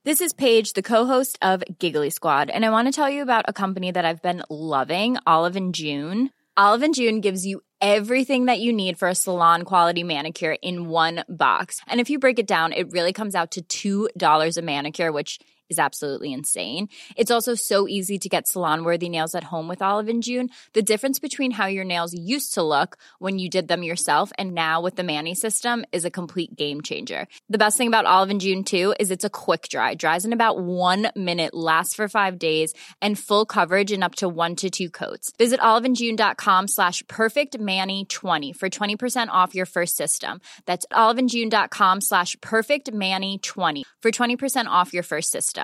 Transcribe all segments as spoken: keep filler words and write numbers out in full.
This is Paige, the co-host of Giggly Squad, and I want to tell you about a company that I've been loving, Olive and June. Olive and June gives you everything that you need for a salon-quality manicure in one box. And if you break it down, it really comes out to two dollars a manicure, which is absolutely insane. It's also so easy to get salon-worthy nails at home with Olive and June. The difference between how your nails used to look when you did them yourself and now with the Mani system is a complete game changer. The best thing about Olive and June, too, is it's a quick dry. Dries in about one minute, lasts for five days, and full coverage in up to one to two coats. Visit oliveandjune.com slash perfectmani20 for twenty percent off your first system. That's oliveandjune.com slash perfectmani20 for twenty percent off your first system.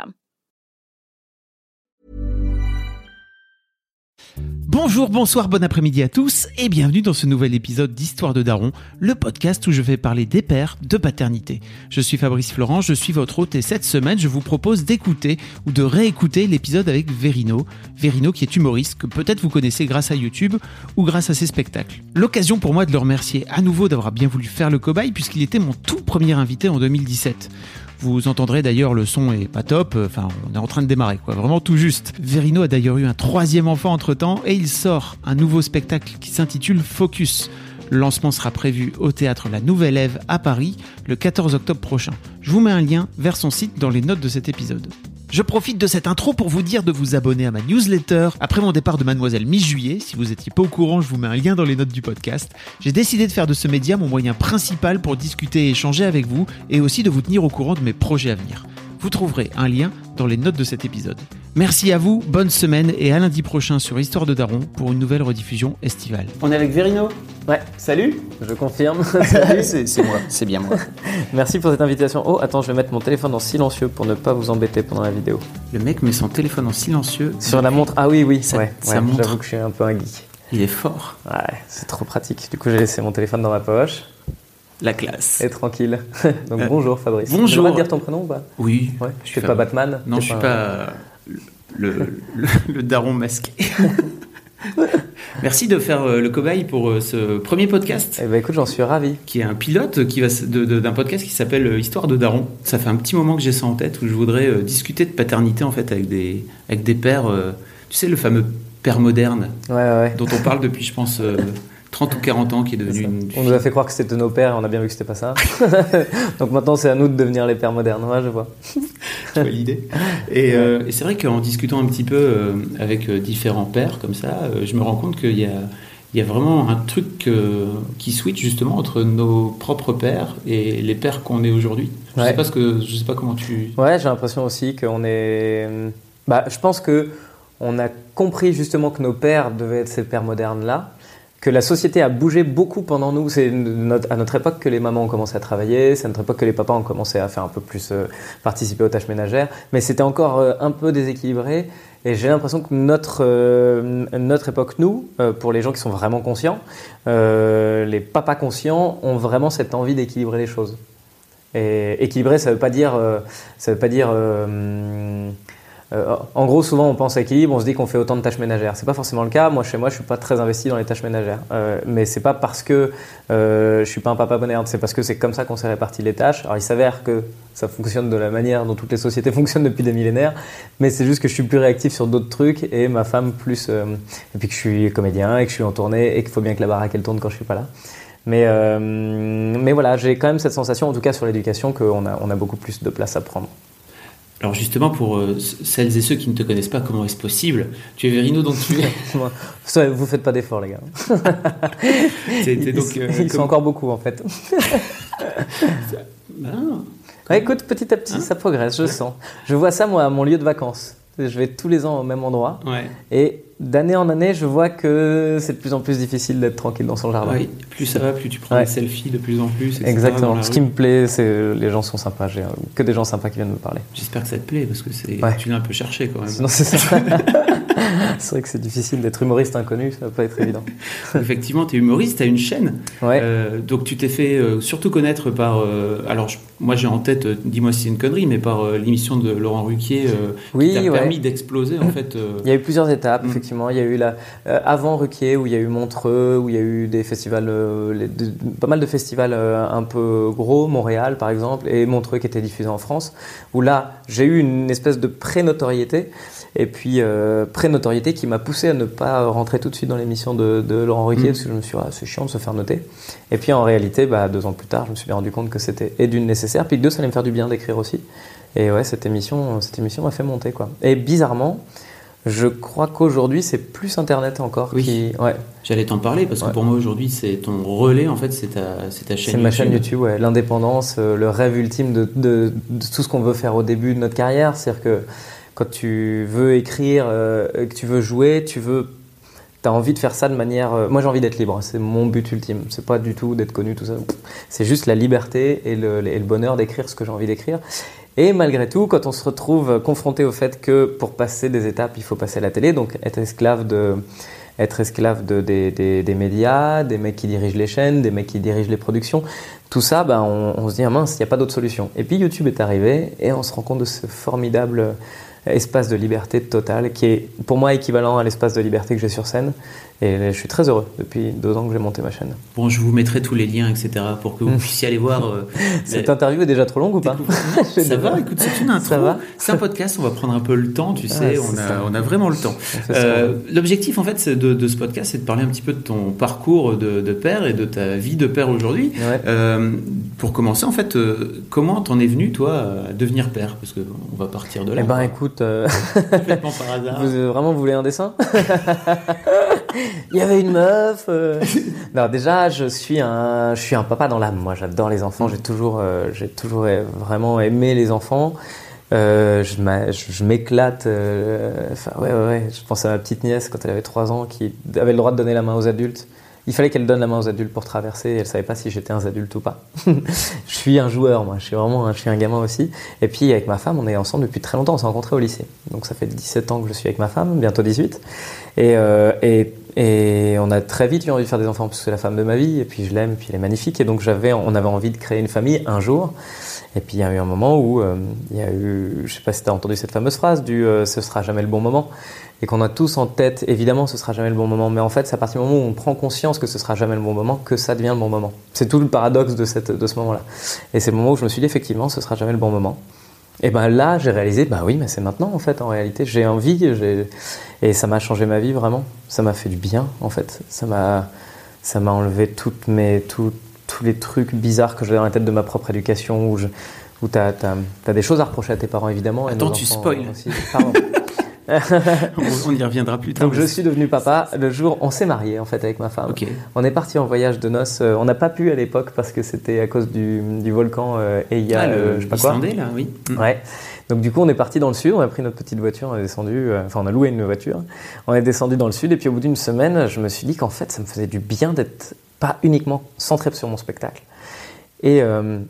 Bonjour, bonsoir, bon après-midi à tous et bienvenue dans ce nouvel épisode d'Histoire de Daron, le podcast où je vais parler des pères, de paternité. Je suis Fabrice Florent, je suis votre hôte et cette semaine je vous propose d'écouter ou de réécouter l'épisode avec Verino. Verino qui est humoriste, que peut-être vous connaissez grâce à YouTube ou grâce à ses spectacles. L'occasion pour moi de le remercier à nouveau d'avoir bien voulu faire le cobaye puisqu'il était mon tout premier invité en deux mille dix-sept. Vous entendrez d'ailleurs, le son est pas top, enfin on est en train de démarrer quoi, vraiment tout juste. Verino a d'ailleurs eu un troisième enfant entre temps et il sort un nouveau spectacle qui s'intitule Focus. Le lancement sera prévu au théâtre La Nouvelle Ève à Paris le quatorze octobre prochain. Je vous mets un lien vers son site dans les notes de cet épisode. Je profite de cette intro pour vous dire de vous abonner à ma newsletter. Après mon départ de Mademoiselle mi-juillet, si vous n'étiez pas au courant, je vous mets un lien dans les notes du podcast. J'ai décidé de faire de ce média mon moyen principal pour discuter et échanger avec vous et aussi de vous tenir au courant de mes projets à venir. Vous trouverez un lien dans les notes de cet épisode. Merci à vous, bonne semaine et à lundi prochain sur Histoire de Daron pour une nouvelle rediffusion estivale. On est avec Verino. Ouais, Salut. je confirme. c'est, c'est moi, c'est bien moi. Merci pour cette invitation. Oh, attends, je vais mettre mon téléphone en silencieux pour ne pas vous embêter pendant la vidéo. Le mec met son téléphone en silencieux. Sur la montre. Ah oui, oui, ça, ouais, ça ouais, montre. J'avoue que je suis un peu un geek. Il est fort. Ouais, c'est trop pratique. Du coup, j'ai laissé mon téléphone dans ma poche. La classe. Et tranquille. Donc euh, bonjour Fabrice. Bonjour. Tu peux pas dire ton prénom ou pas? Oui. Ouais. Je suis pas Batman. Non, T'es je suis pas, pas le, le, le daron masqué. Merci de faire le cobaye pour ce premier podcast. Eh ben écoute, j'en suis ravi. Qui est un pilote qui va de, de, d'un podcast qui s'appelle Histoire de Daron. Ça fait un petit moment que j'ai ça en tête où je voudrais euh, discuter de paternité en fait avec des avec des pères. Euh, tu sais le fameux père moderne. Ouais ouais. Dont on parle depuis je pense euh, trente ou quarante ans qui est devenu. Une... On nous a fait croire que c'était de nos pères, on a bien vu que c'était pas ça. Donc maintenant c'est à nous de devenir les pères modernes. Ouais, je vois. Tu vois l'idée. Et, euh, et c'est vrai qu'en discutant un petit peu euh, avec euh, différents pères comme ça, euh, je me rends compte qu'il y a, il y a vraiment un truc euh, qui switch justement entre nos propres pères et les pères qu'on est aujourd'hui. Je ouais. sais pas ce que, je sais pas comment tu. Ouais, j'ai l'impression aussi qu'on est. Bah, je pense que on a compris justement que nos pères devaient être ces pères modernes là. Que la société a bougé beaucoup pendant nous. C'est notre, à notre époque que les mamans ont commencé à travailler, c'est à notre époque que les papas ont commencé à faire un peu plus euh, participer aux tâches ménagères, mais c'était encore euh, un peu déséquilibré. Et j'ai l'impression que notre, euh, notre époque, nous, euh, pour les gens qui sont vraiment conscients, euh, les papas conscients ont vraiment cette envie d'équilibrer les choses. Et équilibrer, ça veut pas dire, euh, ça veut pas dire. Euh, Euh, en gros, souvent, on pense à équilibre, on se dit qu'on fait autant de tâches ménagères. C'est pas forcément le cas. Moi, chez moi, je suis pas très investi dans les tâches ménagères. Euh, mais c'est pas parce que euh, je suis pas un papa moderne, c'est parce que c'est comme ça qu'on s'est réparti les tâches. Alors, il s'avère que ça fonctionne de la manière dont toutes les sociétés fonctionnent depuis des millénaires, mais c'est juste que je suis plus réactif sur d'autres trucs et ma femme plus. Euh, et puis que je suis comédien et que je suis en tournée et qu'il faut bien que la baraque elle tourne quand je suis pas là. Mais, euh, mais voilà, j'ai quand même cette sensation, en tout cas sur l'éducation, qu'on a, on a beaucoup plus de place à prendre. Alors justement, pour euh, celles et ceux qui ne te connaissent pas, comment est-ce possible? Tu es Verino, donc tu es... Vous faites pas d'efforts, les gars. t'es, t'es donc, ils euh, ils comme... sont encore beaucoup, en fait. ah. Ouais, écoute, petit à petit, hein? Ça progresse, je sens. Je vois ça, moi, à mon lieu de vacances. Je vais tous les ans au même endroit. Ouais. Et d'année en année, je vois que c'est de plus en plus difficile d'être tranquille dans son jardin. Oui, plus ça va, plus tu prends ouais. des selfies de plus en plus. et cetera. Exactement. Ce qui me plaît, c'est les gens sont sympas. J'ai que des gens sympas qui viennent me parler. J'espère que ça te plaît parce que c'est... Ouais. tu l'as un peu cherché quand même. Sinon, c'est ça. C'est vrai que c'est difficile d'être humoriste inconnu, ça va pas être évident. Effectivement, tu es humoriste, tu as une chaîne. Ouais. Euh, donc tu t'es fait euh, surtout connaître par... Euh, alors je, moi j'ai en tête, euh, dis-moi si c'est une connerie, mais par euh, l'émission de Laurent Ruquier euh, Oui, qui t'a ouais. permis d'exploser en fait. Euh... Il y a eu plusieurs étapes, Mm. effectivement. Il y a eu la, euh, avant Ruquier, où il y a eu Montreux, où il y a eu des festivals, euh, les- de- pas mal de festivals euh, un peu gros, Montréal par exemple, et Montreux qui était diffusé en France, où là j'ai eu une espèce de pré-notoriété. Et puis, euh, pré-notoriété qui m'a poussé à ne pas rentrer tout de suite dans l'émission de, de Laurent Ruquier, Mmh. parce que je me suis dit, ah, c'est chiant de se faire noter. Et puis, en réalité, bah, deux ans plus tard, je me suis bien rendu compte que c'était et d'une nécessaire, puis que deux, ça allait me faire du bien d'écrire aussi. Et ouais, cette émission, cette émission m'a fait monter, quoi. Et bizarrement, je crois qu'aujourd'hui, c'est plus Internet encore Oui. qui... Ouais, J'allais t'en parler parce que Ouais. pour moi aujourd'hui c'est ton relais en fait, c'est ta, c'est ta chaîne c'est ma YouTube. chaîne YouTube, ouais. L'indépendance, euh, le rêve ultime de, de, de tout ce qu'on veut faire au début de notre carrière. C'est-à-dire que quand tu veux écrire, euh, que tu veux jouer, tu veux, t'as envie de faire ça de manière... euh, moi j'ai envie d'être libre, c'est mon but ultime. C'est pas du tout d'être connu, tout ça. C'est juste la liberté et le, et le bonheur d'écrire ce que j'ai envie d'écrire. Et malgré tout, quand on se retrouve confronté au fait que pour passer des étapes, il faut passer à la télé, donc être esclave de... être esclave de, des, des, des médias, des mecs qui dirigent les chaînes, des mecs qui dirigent les productions. Tout ça, ben, on, on se dit, ah mince, il n'y a pas d'autre solution. Et puis YouTube est arrivé et on se rend compte de ce formidable espace de liberté totale qui est pour moi équivalent à l'espace de liberté que j'ai sur scène. Et je suis très heureux depuis deux ans que j'ai monté ma chaîne. Bon, je vous mettrai tous les liens, et cetera, pour que vous puissiez aller voir. Euh, Cette la- interview est déjà trop longue ou pas? Ça va, écoute, c'est une intro. Ça va. C'est un podcast, on va prendre un peu le temps, tu sais, Ah, on, c'est a, ça. on a vraiment le temps. On fait ça. Euh, L'objectif, en fait, c'est de, de ce podcast, c'est de parler un petit peu de ton parcours de, de père et de ta vie de père aujourd'hui. Ouais. Euh, pour commencer, en fait, euh, comment t'en es venu, toi, à devenir père? Parce qu'on va partir de là. Eh ben quoi. écoute, euh, Complètement par hasard. vous, euh, vraiment vous voulez un dessin? Il y avait une meuf. euh. Non, déjà, je suis un, je suis un papa dans l'âme. Moi, j'adore les enfants. J'ai toujours, euh, j'ai toujours euh, vraiment aimé les enfants. Euh, je m'a- je je m'éclate. euh, Enfin, ouais, ouais, ouais. Je pense à ma petite nièce quand elle avait trois ans, qui avait le droit de donner la main aux adultes. Il fallait qu'elle donne la main aux adultes pour traverser. Et elle savait pas si j'étais un adulte ou pas. Je suis un joueur, moi. Je suis vraiment, un, je suis un gamin aussi. Et puis avec ma femme, on est ensemble depuis très longtemps. On s'est rencontrés au lycée. Donc ça fait dix-sept ans que je suis avec ma femme, bientôt dix-huit. Et, euh, et, et on a très vite eu envie de faire des enfants parce que c'est la femme de ma vie. Et puis je l'aime, et puis elle est magnifique. Et donc j'avais, on avait envie de créer une famille un jour. Et puis il y a eu un moment où euh, il y a eu, je sais pas si tu as entendu cette fameuse phrase du euh, ce sera jamais le bon moment. Et qu'on a tous en tête, évidemment, ce sera jamais le bon moment. Mais en fait, c'est à partir du moment où on prend conscience que ce sera jamais le bon moment que ça devient le bon moment. C'est tout le paradoxe de, cette, de ce moment-là. Et c'est le moment où je me suis dit, effectivement, ce sera jamais le bon moment. Et ben là, j'ai réalisé, bah oui, mais c'est maintenant, en fait, en réalité. J'ai envie, j'ai... et ça m'a changé ma vie, vraiment. Ça m'a fait du bien, en fait. Ça m'a, ça m'a enlevé toutes mes, tout, tous les trucs bizarres que j'avais dans la tête de ma propre éducation, où, je, où t'as, t'as, t'as des choses à reprocher à tes parents, évidemment. Et Attends, nos tu enfants spoil. aussi. Pardon. on, on y reviendra plus tard. Donc je suis devenu papa le jour on s'est marié en fait avec ma femme. Ok. On est parti en voyage de noces. Euh, on n'a pas pu à l'époque parce que c'était à cause du, du volcan euh, et il y a Ah, euh, le je sais pas quoi. Icelandais, là, oui. Mm. Ouais. Donc du coup on est parti dans le sud. On a pris notre petite voiture, on est descendu. euh, Enfin on a loué une voiture. On est descendu dans le sud et puis au bout d'une semaine, je me suis dit qu'en fait ça me faisait du bien d'être pas uniquement centré sur mon spectacle. Et euh,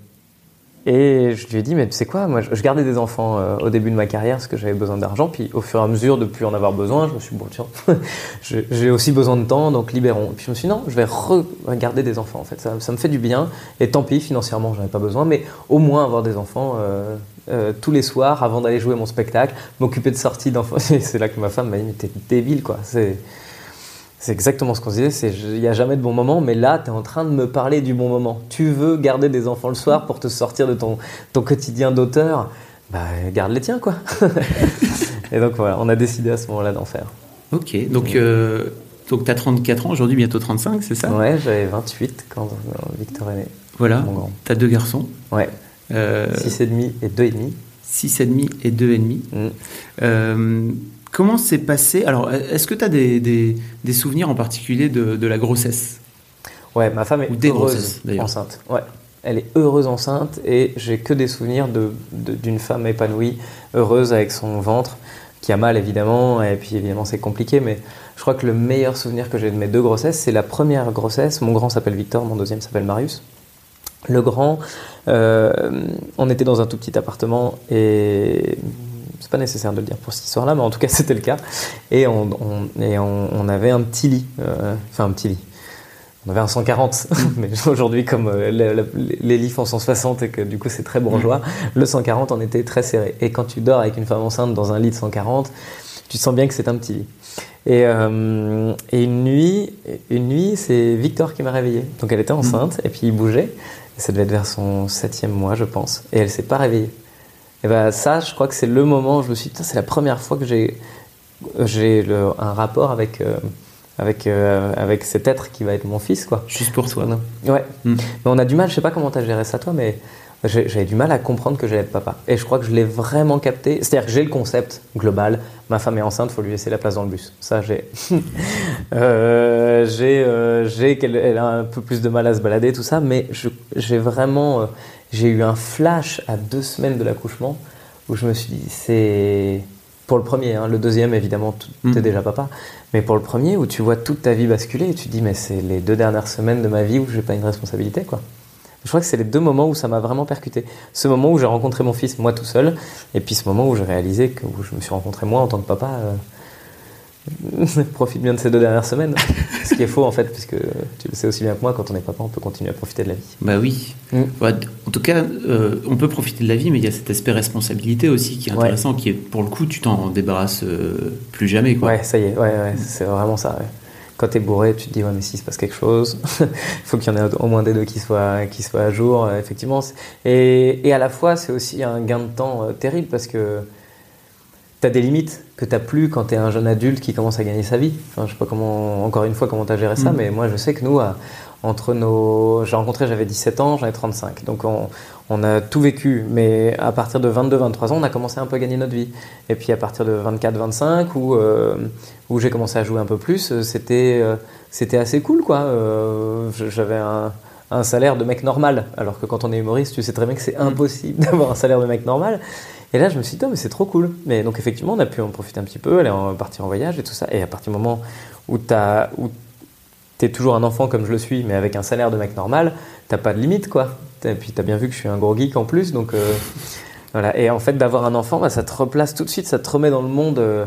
Et je lui ai dit, mais tu sais quoi, moi je je gardais des enfants euh, au début de ma carrière parce que j'avais besoin d'argent, puis au fur et à mesure de plus en avoir besoin, je me suis dit, bon tiens, j'ai j'ai aussi besoin de temps, donc libérons. Et puis je me suis dit, non, je vais regarder des enfants en fait, ça, ça me fait du bien, et tant pis, financièrement j'en ai pas besoin, mais au moins avoir des enfants euh, euh, tous les soirs avant d'aller jouer mon spectacle, m'occuper de sorties d'enfants. Et c'est là que ma femme m'a dit, mais t'es débile quoi, c'est... C'est exactement ce qu'on se disait, c'est il n'y a jamais de bon moment, mais là, tu es en train de me parler du bon moment. Tu veux garder des enfants le soir pour te sortir de ton, ton quotidien d'auteur, bah garde les tiens, quoi. Et donc voilà, on a décidé à ce moment-là d'en faire. Ok, donc, euh, donc tu as trente-quatre ans, aujourd'hui bientôt trente-cinq, c'est ça? Ouais, j'avais vingt-huit quand Victor est né. Voilà, Mon grand. tu as deux garçons. Ouais, Euh, six et demi et deux et demi. six et demi et deux et demi. Mm. Euh, comment s'est passé... Alors, est-ce que tu as des, des, des souvenirs en particulier de, de la grossesse? Ouais, ma femme est Ou des heureuse grossesses, d'ailleurs. enceinte. Ouais, elle est heureuse enceinte et j'ai que des souvenirs de, de- d'une femme épanouie, heureuse avec son ventre, qui a mal évidemment, et puis évidemment c'est compliqué, mais je crois que le meilleur souvenir que j'ai de mes deux grossesses, c'est la première grossesse. Mon grand s'appelle Victor, mon deuxième s'appelle Marius. Le grand, euh, on était dans un tout petit appartement et c'est pas nécessaire de le dire pour cette histoire-là, mais en tout cas c'était le cas. Et on, on, et on, on avait un petit lit, euh, enfin un petit lit. On avait un cent quarante, mais aujourd'hui comme euh, les, les lits font cent soixante et que du coup c'est très bourgeois, le cent quarante en était très serré. Et quand tu dors avec une femme enceinte dans un lit de cent quarante, tu sens bien que c'est un petit lit. Et, euh, et une nuit, une nuit, c'est Victor qui m'a réveillée. Donc elle était enceinte et puis il bougeait. Et ça devait être vers son septième mois, je pense. Et elle s'est pas réveillée. Et ben ça, je crois que c'est le moment où je me suis dit, putain, c'est la première fois que j'ai, j'ai le, un rapport avec, euh, avec, euh, avec cet être qui va être mon fils, quoi. Juste pour toi. Ouais. Mm. Mais on a du mal, je sais pas comment t'as géré ça toi, mais j'ai, j'avais du mal à comprendre que j'allais être papa. Et je crois que je l'ai vraiment capté. C'est-à-dire que j'ai le concept global. Ma femme est enceinte, faut lui laisser la place dans le bus. Ça, j'ai. euh, j'ai, euh, j'ai qu'elle elle a un peu plus de mal à se balader, tout ça. Mais je, j'ai vraiment, euh, j'ai eu un flash à deux semaines de l'accouchement où je me suis dit, c'est pour le premier, hein, le deuxième évidemment, tu es mmh. déjà papa. Mais pour le premier, où tu vois toute ta vie basculer, et tu te dis, mais c'est les deux dernières semaines de ma vie où j'ai pas une responsabilité, quoi. Je crois que c'est les deux moments où ça m'a vraiment percuté. Ce moment où j'ai rencontré mon fils, moi tout seul, et puis ce moment où j'ai réalisé que où je me suis rencontré moi en tant que papa. Euh, profite bien de ces deux dernières semaines. Ce qui est faux en fait, puisque tu le sais aussi bien que moi, quand on est papa, on peut continuer à profiter de la vie. Bah oui. Mm. Ouais, en tout cas, euh, on peut profiter de la vie, mais il y a cet aspect responsabilité aussi qui est intéressant, ouais. qui est pour le coup, tu t'en débarrasses euh, plus jamais, quoi. Ouais, ça y est, ouais, ouais, mm. c'est vraiment ça. Ouais. Quand t'es bourré, tu te dis ouais mais s'il se passe quelque chose, il faut qu'il y en ait au moins des deux qui soient qui soient à jour, euh, effectivement. Et, et à la fois c'est aussi un gain de temps euh, terrible parce que t'as des limites que t'as plus quand t'es un jeune adulte qui commence à gagner sa vie. Enfin je sais pas comment, encore une fois comment t'as géré ça, mmh. mais moi je sais que nous à, entre nos, j'ai rencontré j'avais dix-sept ans, j'en ai trente-cinq, donc on on a tout vécu, mais à partir de vingt-deux vingt-trois ans, on a commencé un peu à gagner notre vie. Et puis à partir de vingt-quatre vingt-cinq, où, euh, où j'ai commencé à jouer un peu plus, c'était, euh, c'était assez cool, quoi. Euh, j'avais un, un salaire de mec normal, alors que quand on est humoriste, tu sais très bien que c'est impossible d'avoir un salaire de mec normal. Et là, je me suis dit, oh, mais c'est trop cool. Mais donc effectivement, on a pu en profiter un petit peu, aller en, partir en voyage et tout ça. Et à partir du moment où t'as... Où t'es toujours un enfant comme je le suis, mais avec un salaire de mec normal, t'as pas de limite, quoi. Et puis t'as bien vu que je suis un gros geek en plus, donc euh, voilà. Et en fait, d'avoir un enfant, bah, ça te replace tout de suite, ça te remet dans le monde, euh,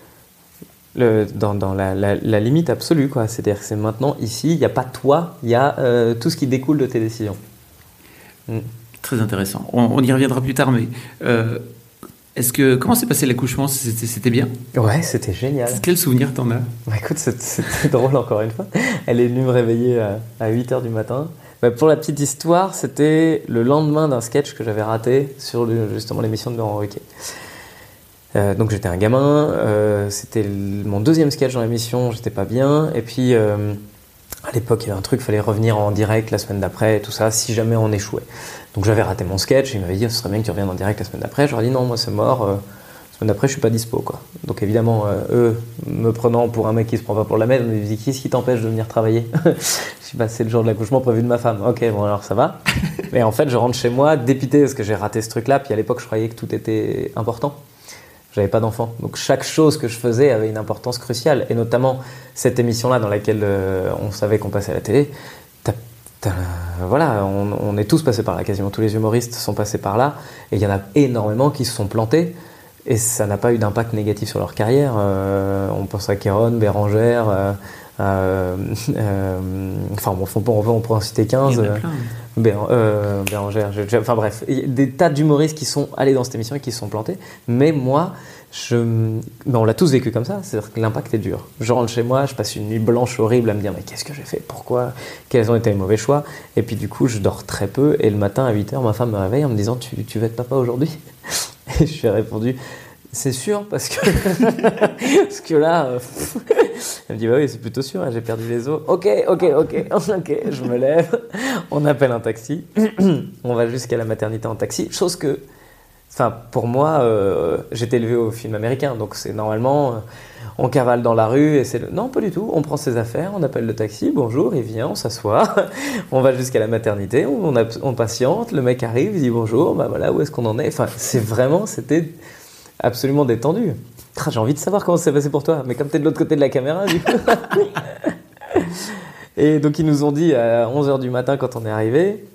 le, dans, dans la, la, la limite absolue, quoi. C'est-à-dire que c'est maintenant ici, il n'y a pas toi, il y a euh, tout ce qui découle de tes décisions. Mm. Très intéressant. On, on y reviendra plus tard, mais euh, est-ce que comment s'est passé l'accouchement ? C'était, c'était bien ? Ouais, c'était génial. Quel souvenir t'en as ? Bah écoute, c'était, c'était drôle encore une fois. Elle est venue me réveiller à, à huit heures du matin. Bah pour la petite histoire, c'était le lendemain d'un sketch que j'avais raté sur le, justement l'émission de Laurent Ruquier. Euh, donc j'étais un gamin, euh, c'était le, mon deuxième sketch dans l'émission, j'étais pas bien. Et puis euh, à l'époque, il y avait un truc, il fallait revenir en direct la semaine d'après et tout ça, si jamais on échouait. Donc j'avais raté mon sketch, il m'avait dit ce serait bien que tu reviennes en direct la semaine d'après. J'aurais dit non, moi c'est mort, euh, la semaine d'après je suis pas dispo, quoi. Donc évidemment, euh, eux, me prenant pour un mec qui se prend pas pour la merde, me disent qu'est-ce qui t'empêche de venir travailler ? Je dis bah c'est le jour de l'accouchement prévu de ma femme. Ok, bon alors ça va. Mais en fait je rentre chez moi dépité parce que j'ai raté ce truc-là, puis à l'époque je croyais que tout était important. J'avais pas d'enfant, donc chaque chose que je faisais avait une importance cruciale, et notamment cette émission-là dans laquelle euh, on savait qu'on passait à la télé. T'as, t'as, voilà, on, on est tous passés par là, quasiment tous les humoristes sont passés par là, et il y en a énormément qui se sont plantés, et ça n'a pas eu d'impact négatif sur leur carrière. Euh, on pense à Kéron, Bérangère, euh, euh, euh, enfin bon, on peut, on peut, on peut en citer quinze. Il y en a plein. Bér- euh, Bérangère, j'ai, j'ai, enfin bref, il y a des tas d'humoristes qui sont allés dans cette émission et qui se sont plantés, mais moi, je, ben on l'a tous vécu comme ça, c'est-à-dire que l'impact est dur. Je rentre chez moi, je passe une nuit blanche horrible à me dire mais qu'est-ce que j'ai fait, pourquoi, quels ont été les mauvais choix, et puis du coup je dors très peu, et le matin à huit heures ma femme me réveille en me disant tu, tu vas être papa aujourd'hui ? Et je lui ai répondu c'est sûr, parce que, parce que là, euh, elle me dit bah oui, c'est plutôt sûr, hein, j'ai perdu les os. Ok, ok, ok, ok, je me lève, on appelle un taxi, on va jusqu'à la maternité en taxi, chose que, enfin, pour moi, euh, j'étais élevé au film américain, donc c'est normalement, euh, on cavale dans la rue, et c'est le... non, pas du tout, on prend ses affaires, on appelle le taxi, bonjour, il vient, on s'assoit, on va jusqu'à la maternité, on, on, on patiente, le mec arrive, il dit bonjour, bah voilà, où est-ce qu'on en est, enfin, c'est vraiment, c'était absolument détendu. J'ai envie de savoir comment ça s'est passé pour toi, mais comme t'es de l'autre côté de la caméra, du coup. Et donc ils nous ont dit à onze heures du matin quand on est arrivé,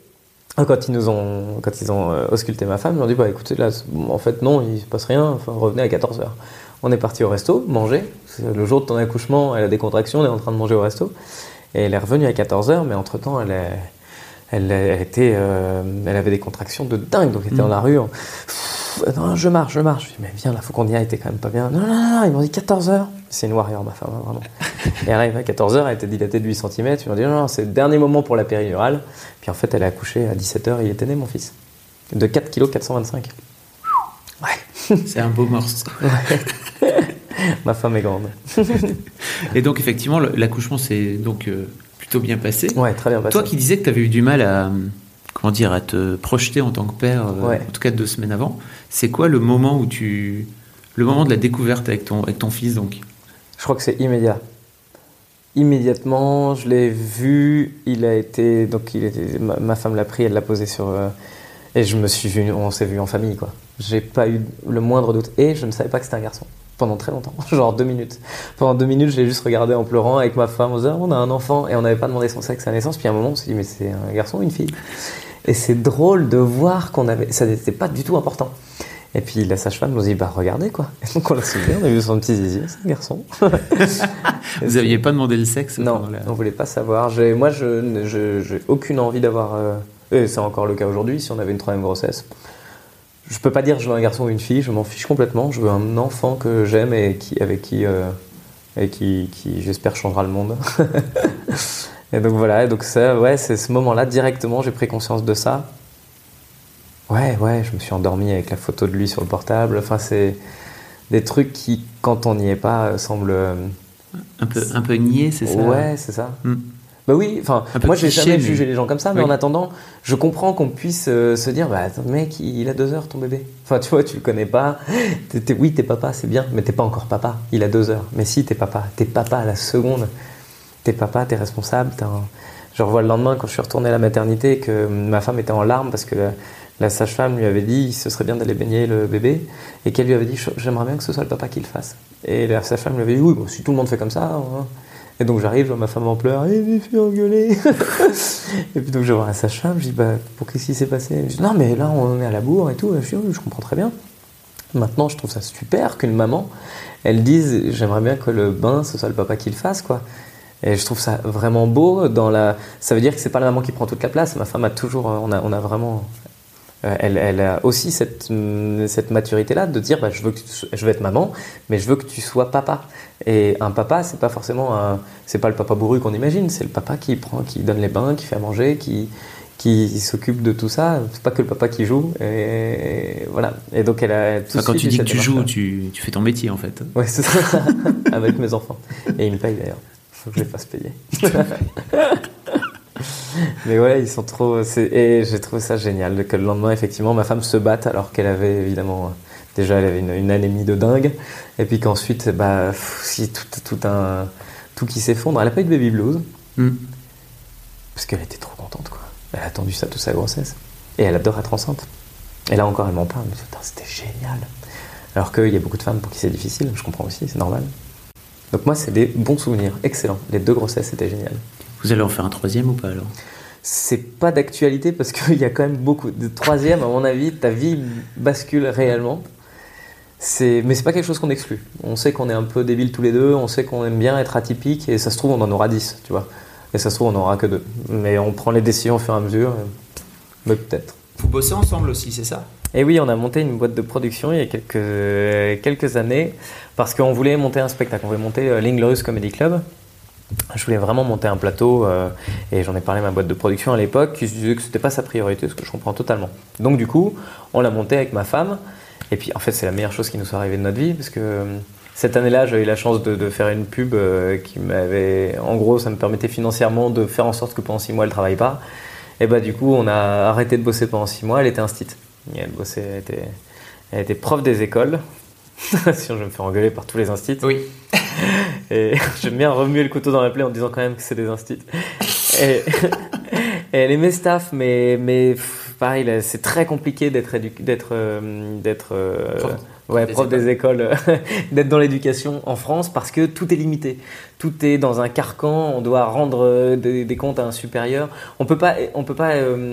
Quand ils nous ont, quand ils ont euh, ausculté ma femme, ils ont dit bah écoutez là, en fait non, il se passe rien, enfin revenez à quatorze heures. On est parti au resto, manger. C'est le jour de ton accouchement, elle a des contractions, elle est en train de manger au resto. Et elle est revenue à quatorze heures, mais entre-temps, elle, est, elle, elle, était, euh, elle avait des contractions de dingue, donc elle était mmh. dans la rue. En, non, je marche, je marche. Je dis, mais viens, là, faut qu'on y aille, t'es quand même pas bien. Non, non, non, ils m'ont dit quatorze heures. C'est une warrior, ma femme, hein, vraiment. Et elle arrive à quatorze heures, elle était dilatée de huit centimètres. Ils m'ont dit, non, non, c'est le dernier moment pour la péridurale. Puis en fait, elle a accouché à dix-sept heures, il était né, mon fils. De quatre kilos quatre cent vingt-cinq. Ouais. C'est un beau morceau. Ouais. Ma femme est grande. Et donc, effectivement, l'accouchement s'est donc euh, plutôt bien passé. Ouais, très bien passé. Toi qui disais que tu avais eu du mal à, comment dire, à te projeter en tant que père, euh, ouais. en tout cas deux semaines avant, c'est quoi le moment où tu... Le moment de la découverte avec ton, avec ton fils, donc? Je crois que c'est immédiat. Immédiatement, je l'ai vu, il a été... Donc, il était, ma, ma femme l'a pris, elle l'a posé sur... Euh, et je me suis vu, on s'est vu en famille, quoi. J'ai pas eu le moindre doute. Et je ne savais pas que c'était un garçon. Pendant très longtemps, genre deux minutes. Pendant deux minutes, je l'ai juste regardé en pleurant avec ma femme. On se disait, on a un enfant. Et on n'avait pas demandé son sexe à la naissance. Puis à un moment, on s'est dit, mais c'est un garçon ou une fille? Et c'est drôle de voir qu'on avait... Ça n'était pas du tout important. Et puis la sage-femme nous dit, bah regardez quoi. Et donc on l'a soulevé, on a vu son petit zizi, c'est un garçon. Vous n'aviez pas demandé le sexe? Non, la... on ne voulait pas savoir. J'ai, moi, je n'ai aucune envie d'avoir... Euh, et c'est encore le cas aujourd'hui, si on avait une troisième grossesse. Je ne peux pas dire que je veux un garçon ou une fille, je m'en fiche complètement. Je veux un enfant que j'aime et qui, avec qui, euh, et qui, qui j'espère, changera le monde. Et donc voilà, et donc ça, ouais, c'est ce moment-là, directement, j'ai pris conscience de ça. Ouais, ouais, je me suis endormi avec la photo de lui sur le portable. Enfin, c'est des trucs qui, quand on n'y est pas, semblent... Un peu, un peu niais, c'est ça? Ouais, c'est ça. Mm. Bah oui, enfin, moi j'ai jamais mais... jugé les gens comme ça, mais oui. En attendant, je comprends qu'on puisse euh, se dire, bah attends, mec, il a deux heures ton bébé. Enfin, tu vois, tu le connais pas. T'es, t'es, oui, t'es papa, c'est bien, mais t'es pas encore papa. Il a deux heures. Mais si, t'es papa. T'es papa à la seconde. T'es papa, t'es responsable. T'es un... Je revois le lendemain quand je suis retourné à la maternité que ma femme était en larmes parce que la, la sage-femme lui avait dit, ce serait bien d'aller baigner le bébé, et qu'elle lui avait dit, j'aimerais bien que ce soit le papa qui le fasse. Et la sage-femme lui avait dit, oui, bon, si tout le monde fait comme ça. Hein. Et donc j'arrive, je vois ma femme en pleurs, et il m'a fait engueuler. Et puis donc je vois la sage-femme, je dis, bah, pour qu'est-ce qui s'est passé? Je dis, non, mais là on est à la bourre et tout. Je dis, oui, je comprends très bien. Maintenant, je trouve ça super qu'une maman, elle dise, j'aimerais bien que le bain, ce soit le papa qui le fasse, quoi. Et je trouve ça vraiment beau. Dans la... Ça veut dire que c'est pas la maman qui prend toute la place. Ma femme a toujours, on a, on a vraiment. Elle, elle a aussi cette, cette maturité-là de dire bah, je, veux que tu, je veux être maman, mais je veux que tu sois papa. Et un papa, c'est pas forcément un, c'est pas le papa bourru qu'on imagine, c'est le papa qui prend, qui donne les bains, qui fait à manger, qui, qui s'occupe de tout ça. C'est pas que le papa qui joue. Et, et voilà. Et donc elle a tout enfin, quand tu dis que tu joues, tu, tu fais ton métier en fait. Ouais, c'est ça. Avec mes enfants. Et ils me payent d'ailleurs. Faut que je les fasse payer. Mais ouais, ils sont trop... C'est... Et j'ai trouvé ça génial, que le lendemain, effectivement, ma femme se batte alors qu'elle avait évidemment... Déjà, elle avait une, une anémie de dingue. Et puis qu'ensuite, bah, si tout, tout, un, tout qui s'effondre. Elle n'a pas eu de baby blues. Mm. Parce qu'elle était trop contente, quoi. Elle a attendu ça toute sa grossesse. Et elle adore être enceinte. Et là encore, elle m'en parle. Elle me dit, c'était génial. Alors qu'il y a beaucoup de femmes pour qui c'est difficile. Je comprends aussi, c'est normal. Donc moi, c'est des bons souvenirs. Excellent. Les deux grossesses, c'était génial. Vous allez en faire un troisième ou pas alors? C'est pas d'actualité parce qu'il y a quand même beaucoup de troisième. À mon avis, ta vie bascule réellement. C'est... Mais c'est pas quelque chose qu'on exclut. On sait qu'on est un peu débiles tous les deux. On sait qu'on aime bien être atypique et ça se trouve on en aura dix, tu vois. Et ça se trouve on n'en aura que deux. Mais on prend les décisions au fur et à mesure. Mais peut-être. Vous bossez ensemble aussi, c'est ça? Et oui, on a monté une boîte de production il y a quelques quelques années parce qu'on voulait monter un spectacle. On voulait monter l'Inglorious Comedy Club. Je voulais vraiment monter un plateau euh, et j'en ai parlé à ma boîte de production à l'époque qui se disait que c'était pas sa priorité, ce que je comprends totalement. Donc du coup, on l'a monté avec ma femme et puis en fait c'est la meilleure chose qui nous soit arrivée de notre vie parce que euh, cette année-là j'ai eu la chance de, de faire une pub euh, qui m'avait, en gros ça me permettait financièrement de faire en sorte que pendant six mois elle travaille pas et bah du coup on a arrêté de bosser pendant six mois, elle était instite. Et elle bossait, elle était, elle était prof des écoles. Sinon je vais me faire engueuler par tous les instits. Oui. Et j'aime bien remuer le couteau dans la plaie en disant quand même que c'est des instits. Et, et elle aimait staff, mais, mais pff, pareil, là, c'est très compliqué d'être, édu- d'être, euh, d'être euh, prof, ouais, des, prof écoles. des écoles, d'être dans l'éducation en France parce que tout est limité. Tout est dans un carcan, on doit rendre des, des comptes à un supérieur. On peut pas, on peut pas euh,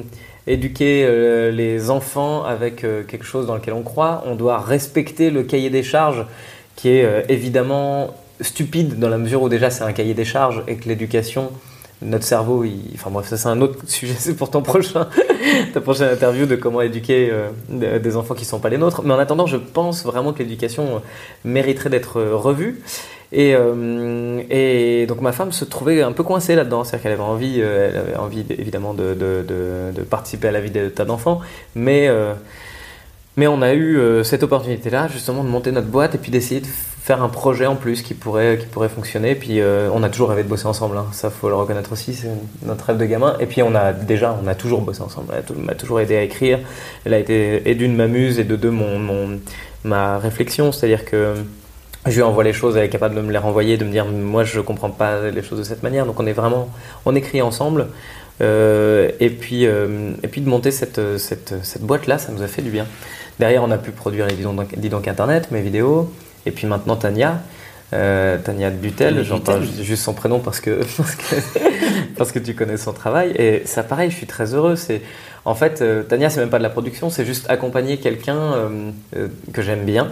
éduquer euh, les enfants avec euh, quelque chose dans lequel on croit. On doit respecter le cahier des charges qui est euh, évidemment stupide dans la mesure où déjà c'est un cahier des charges et que l'éducation, notre cerveau, il... enfin bref, ça c'est un autre sujet, c'est pour ton prochain, ta prochaine interview de comment éduquer euh, des enfants qui ne sont pas les nôtres. Mais en attendant, je pense vraiment que l'éducation mériterait d'être revue. Et, euh, et donc ma femme se trouvait un peu coincée là-dedans, c'est-à-dire qu'elle avait envie, euh, elle avait envie évidemment de, de, de, de participer à la vie des tas d'enfants, mais, euh, mais on a eu euh, cette opportunité-là justement de monter notre boîte et puis d'essayer de faire un projet en plus qui pourrait, qui pourrait fonctionner. Et puis euh, on a toujours rêvé de bosser ensemble, hein. Ça faut le reconnaître aussi, c'est notre rêve de gamin. Et puis on a déjà, on a toujours bossé ensemble. Elle m'a toujours aidé à écrire. Elle a été, et d'une ma muse et de deux mon, mon, ma réflexion, c'est-à-dire que je lui envoie les choses, elle est capable de me les renvoyer, de me dire moi je comprends pas les choses de cette manière. Donc on est vraiment, on écrit ensemble. Euh, et puis euh, et puis de monter cette cette cette boîte là, ça nous a fait du bien. Derrière on a pu produire les Dis donc, Dis donc Internet, mes vidéos. Et puis maintenant Tania, euh, Tania Dutel, j'en parle juste son prénom parce que, parce que parce que tu connais son travail. Et ça pareil, je suis très heureux. C'est en fait euh, Tania, c'est même pas de la production, c'est juste accompagner quelqu'un euh, euh, que j'aime bien.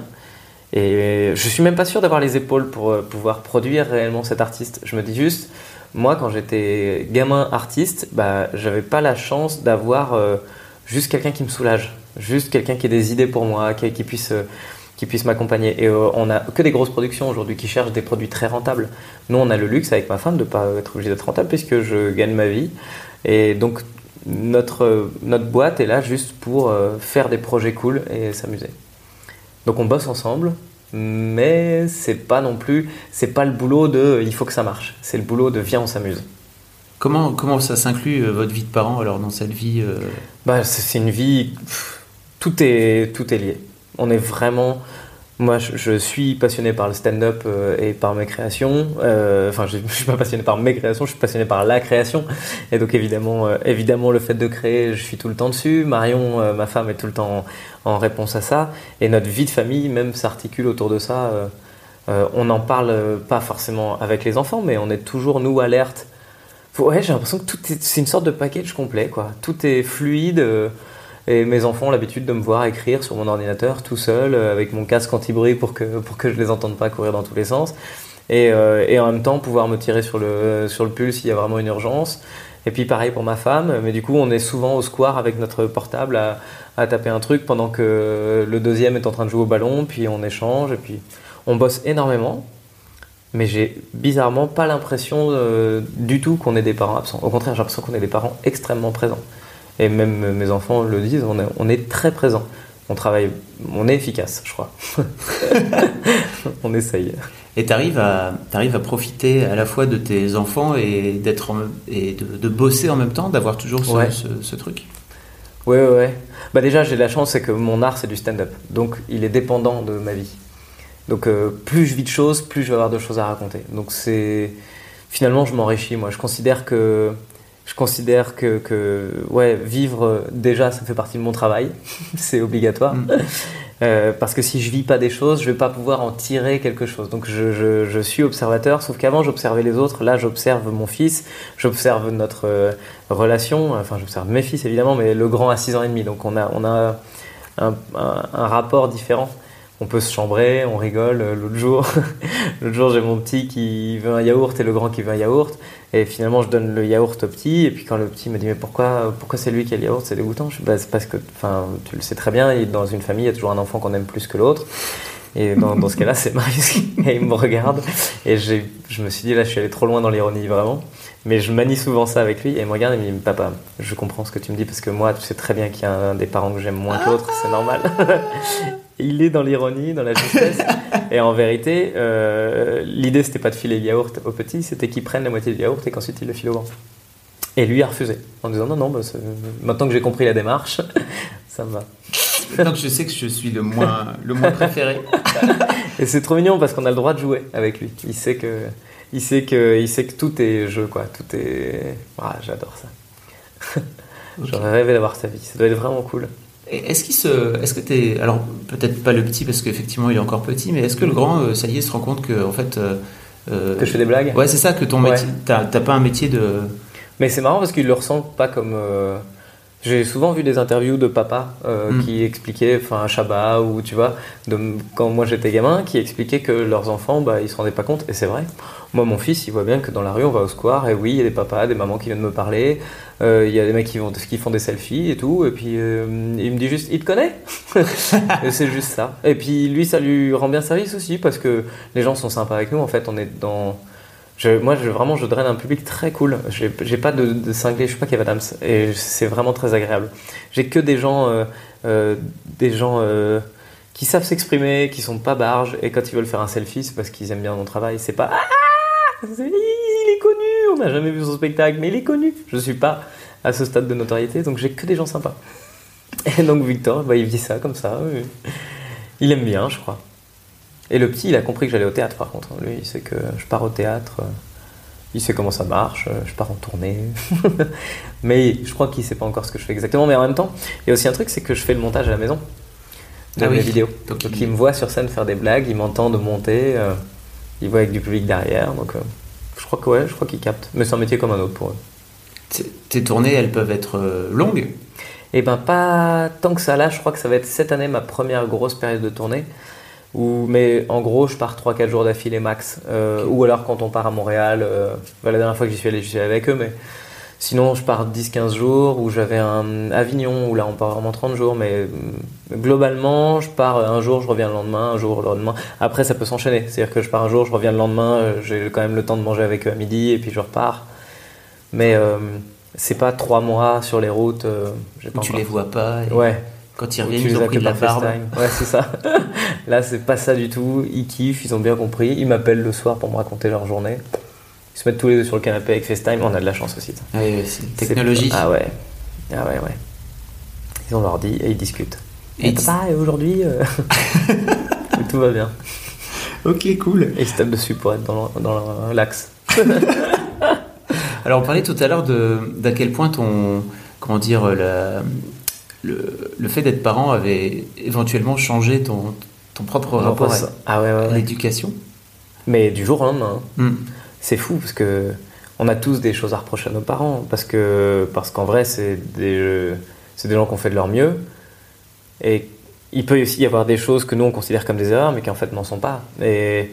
Et je suis même pas sûr d'avoir les épaules pour euh, pouvoir produire réellement cet artiste. Je me dis juste, moi quand j'étais gamin artiste, bah j'avais pas la chance d'avoir euh, juste quelqu'un qui me soulage, juste quelqu'un qui ait des idées pour moi, qui, qui puisse euh, qui puisse m'accompagner. Et euh, on a que des grosses productions aujourd'hui qui cherchent des produits très rentables. Nous, on a le luxe avec ma femme de ne pas être obligé d'être rentable puisque je gagne ma vie. Et donc, notre, notre boîte est là juste pour euh, faire des projets cool et s'amuser. Donc, on bosse ensemble, mais c'est pas non plus, c'est pas le boulot de il faut que ça marche. C'est le boulot de viens, on s'amuse. Comment, comment ça s'inclut euh, votre vie de parent alors dans cette vie euh... bah, c'est, c'est une vie, pff, tout est, tout est lié. On est vraiment... Moi, je, je suis passionné par le stand-up euh, et par mes créations. Euh, enfin, je ne suis pas passionné par mes créations, je suis passionné par la création. Et donc, évidemment, euh, évidemment, le fait de créer, je suis tout le temps dessus. Marion, euh, ma femme, est tout le temps en, en réponse à ça. Et notre vie de famille, même, s'articule autour de ça. Euh, euh, on n'en parle pas forcément avec les enfants, mais on est toujours, nous, alertes. Ouais, j'ai l'impression que tout est, c'est une sorte de package complet, quoi. Tout est fluide. Euh, Et mes enfants ont l'habitude de me voir écrire sur mon ordinateur tout seul, euh, avec mon casque anti-bruit pour que, pour que je les entende pas courir dans tous les sens. Et, euh, et en même temps, pouvoir me tirer sur le, sur le pull s'il y a vraiment une urgence. Et puis pareil pour ma femme. Mais du coup, on est souvent au square avec notre portable à, à taper un truc pendant que le deuxième est en train de jouer au ballon. Puis on échange. Et puis on bosse énormément. Mais j'ai bizarrement pas l'impression euh, du tout qu'on est des parents absents. Au contraire, j'ai l'impression qu'on est des parents extrêmement présents. Et même mes enfants le disent, on est, on est très présent. On travaille, on est efficace, je crois. On essaye. Et tu arrives à, t'arrives à profiter à la fois de tes enfants et, d'être en, et de, de bosser en même temps, d'avoir toujours ce, ouais. ce, ce truc. Ouais, ouais, ouais. Bah déjà, j'ai de la chance, c'est que mon art, c'est du stand-up. Donc, il est dépendant de ma vie. Donc, euh, plus je vis de choses, plus je vais avoir de choses à raconter. Donc, c'est... Finalement, je m'enrichis, moi. Je considère que... Je considère que, que ouais, vivre, déjà, ça fait partie de mon travail. C'est obligatoire. Mmh. Euh, parce que si je vis pas des choses, je vais pas pouvoir en tirer quelque chose. Donc, je, je, je suis observateur, sauf qu'avant, j'observais les autres. Là, j'observe mon fils, j'observe notre euh, relation. Enfin, j'observe mes fils, évidemment, mais le grand a six ans et demi. Donc, on a, on a un, un, un rapport différent. On peut se chambrer, on rigole. L'autre jour, l'autre jour, j'ai mon petit qui veut un yaourt et le grand qui veut un yaourt. Et finalement, je donne le yaourt au petit. Et puis quand le petit me dit « Mais pourquoi, pourquoi c'est lui qui a le yaourt ? C'est dégoûtant ?» Je dis bah, « C'est parce que, enfin, tu le sais très bien, dans une famille, il y a toujours un enfant qu'on aime plus que l'autre. » Et dans, dans ce cas-là, c'est Marius qui et il me regarde. Et j'ai, je me suis dit « Là, je suis allé trop loin dans l'ironie, vraiment. » Mais je manie souvent ça avec lui. Et il me regarde et il me dit « Papa, je comprends ce que tu me dis parce que moi, tu sais très bien qu'il y a un des parents que j'aime moins que l'autre. C'est normal. » Il est dans l'ironie, dans la justesse. Et en vérité, euh, l'idée, c'était pas de filer le yaourt au petit, c'était qu'il prenne la moitié du yaourt et qu'ensuite il le file au grand. Et lui a refusé, en disant non, non, bah, c'est... maintenant que j'ai compris la démarche, ça me va. Maintenant que je sais que je suis le moins, le moins préféré. Et c'est trop mignon parce qu'on a le droit de jouer avec lui. Il sait que, il sait que, il sait que tout est jeu, quoi. Tout est. Ah, j'adore ça. Okay. J'aurais rêvé d'avoir sa vie. Ça doit être vraiment cool. Est-ce qu'il se, est-ce que t'es, alors peut-être pas le petit parce qu'effectivement il est encore petit, mais est-ce que le grand, ça y est, se rend compte que en fait, euh, que je fais des blagues. Ouais, c'est ça, que ton métier, ouais. t'as, t'as pas un métier de. Mais c'est marrant parce qu'il le ressent pas comme. Euh, J'ai souvent vu des interviews de papas euh, Mm. qui expliquaient, enfin Chabat ou tu vois, de, quand moi j'étais gamin, qui expliquaient que leurs enfants, bah, ils se rendaient pas compte, et c'est vrai. Moi, mon fils, il voit bien que dans la rue, on va au square, et oui, il y a des papas, des mamans qui viennent me parler, euh, il y a des mecs qui, vont, qui font des selfies et tout, et puis euh, il me dit juste, il te connaît. Et c'est juste ça. Et puis lui, ça lui rend bien service aussi, parce que les gens sont sympas avec nous, en fait, on est dans... Je, moi, je, vraiment, je draine un public très cool. J'ai, j'ai pas de, de cinglé, je suis pas Kev Adams, et c'est vraiment très agréable. J'ai que des gens, euh, euh, des gens euh, qui savent s'exprimer, qui sont pas barges, et quand ils veulent faire un selfie, c'est parce qu'ils aiment bien mon travail. C'est pas ah, c'est, il est connu, on n'a jamais vu son spectacle, mais il est connu. Je suis pas à ce stade de notoriété, donc j'ai que des gens sympas. Et donc Victor, bah, il vit ça comme ça. Il aime bien, je crois. Et le petit, il a compris que j'allais au théâtre par contre. Lui, il sait que je pars au théâtre, il sait comment ça marche, je pars en tournée. Mais je crois qu'il sait pas encore ce que je fais exactement. Mais en même temps, il y a aussi un truc, c'est que je fais le montage à la maison de Ah mes oui. vidéos. Donc, Donc il- il me voit sur scène faire des blagues, il m'entend de monter, euh, il voit avec du public derrière. Donc euh, je crois que ouais, je crois qu'il capte. Mais c'est un métier comme un autre pour eux. T- Tes tournées, elles peuvent être euh, longues. Et ben pas tant que ça là, je crois que ça va être cette année ma première grosse période de tournée. Où, mais en gros, je pars trois quatre jours d'affilée max. Euh, ou alors quand on part à Montréal, euh, bah, la dernière fois que j'y suis allé, j'y suis allé avec eux. Mais sinon, je pars dix quinze jours. Ou j'avais un Avignon, où là on part vraiment trente jours. Mais euh, globalement, je pars un jour, je reviens le lendemain, un jour le lendemain. Après, ça peut s'enchaîner. C'est-à-dire que je pars un jour, je reviens le lendemain. euh, J'ai quand même le temps de manger avec eux à midi et puis je repars. Mais euh, c'est pas trois mois sur les routes. Euh, j'ai pas Où tu encore- les vois pas. Et Ouais. Quand ils Où reviennent, tu ils les ont pris de la appelles par barbe. FaceTime. Ouais, c'est ça. Là, c'est pas ça du tout. Ils kiffent, ils ont bien compris. Ils m'appellent le soir pour me raconter leur journée. Ils se mettent tous les deux sur le canapé avec FaceTime. On a de la chance aussi. ça. Ouais, ouais, c'est une C'est- technologie. Ah ouais. Ah ouais, ouais. Ils ont l'ordi et ils discutent. Et Et ils- papa, et aujourd'hui, euh, et tout va bien. Ok, cool. Et ils se tapent dessus pour être dans, le- dans le- l'axe. Alors, on parlait tout à l'heure de d'à quel point ton, comment dire, la, le, le fait d'être parent avait éventuellement changé ton, ton propre rapport à, Ah ouais, ouais, à ouais. l'éducation. Mais du jour au lendemain. hein. Hmm. C'est fou parce que on a tous des choses à reprocher à nos parents parce que parce qu'en vrai c'est des c'est des gens qui ont fait de leur mieux et il peut aussi y avoir des choses que nous on considère comme des erreurs mais qui en fait n'en sont pas et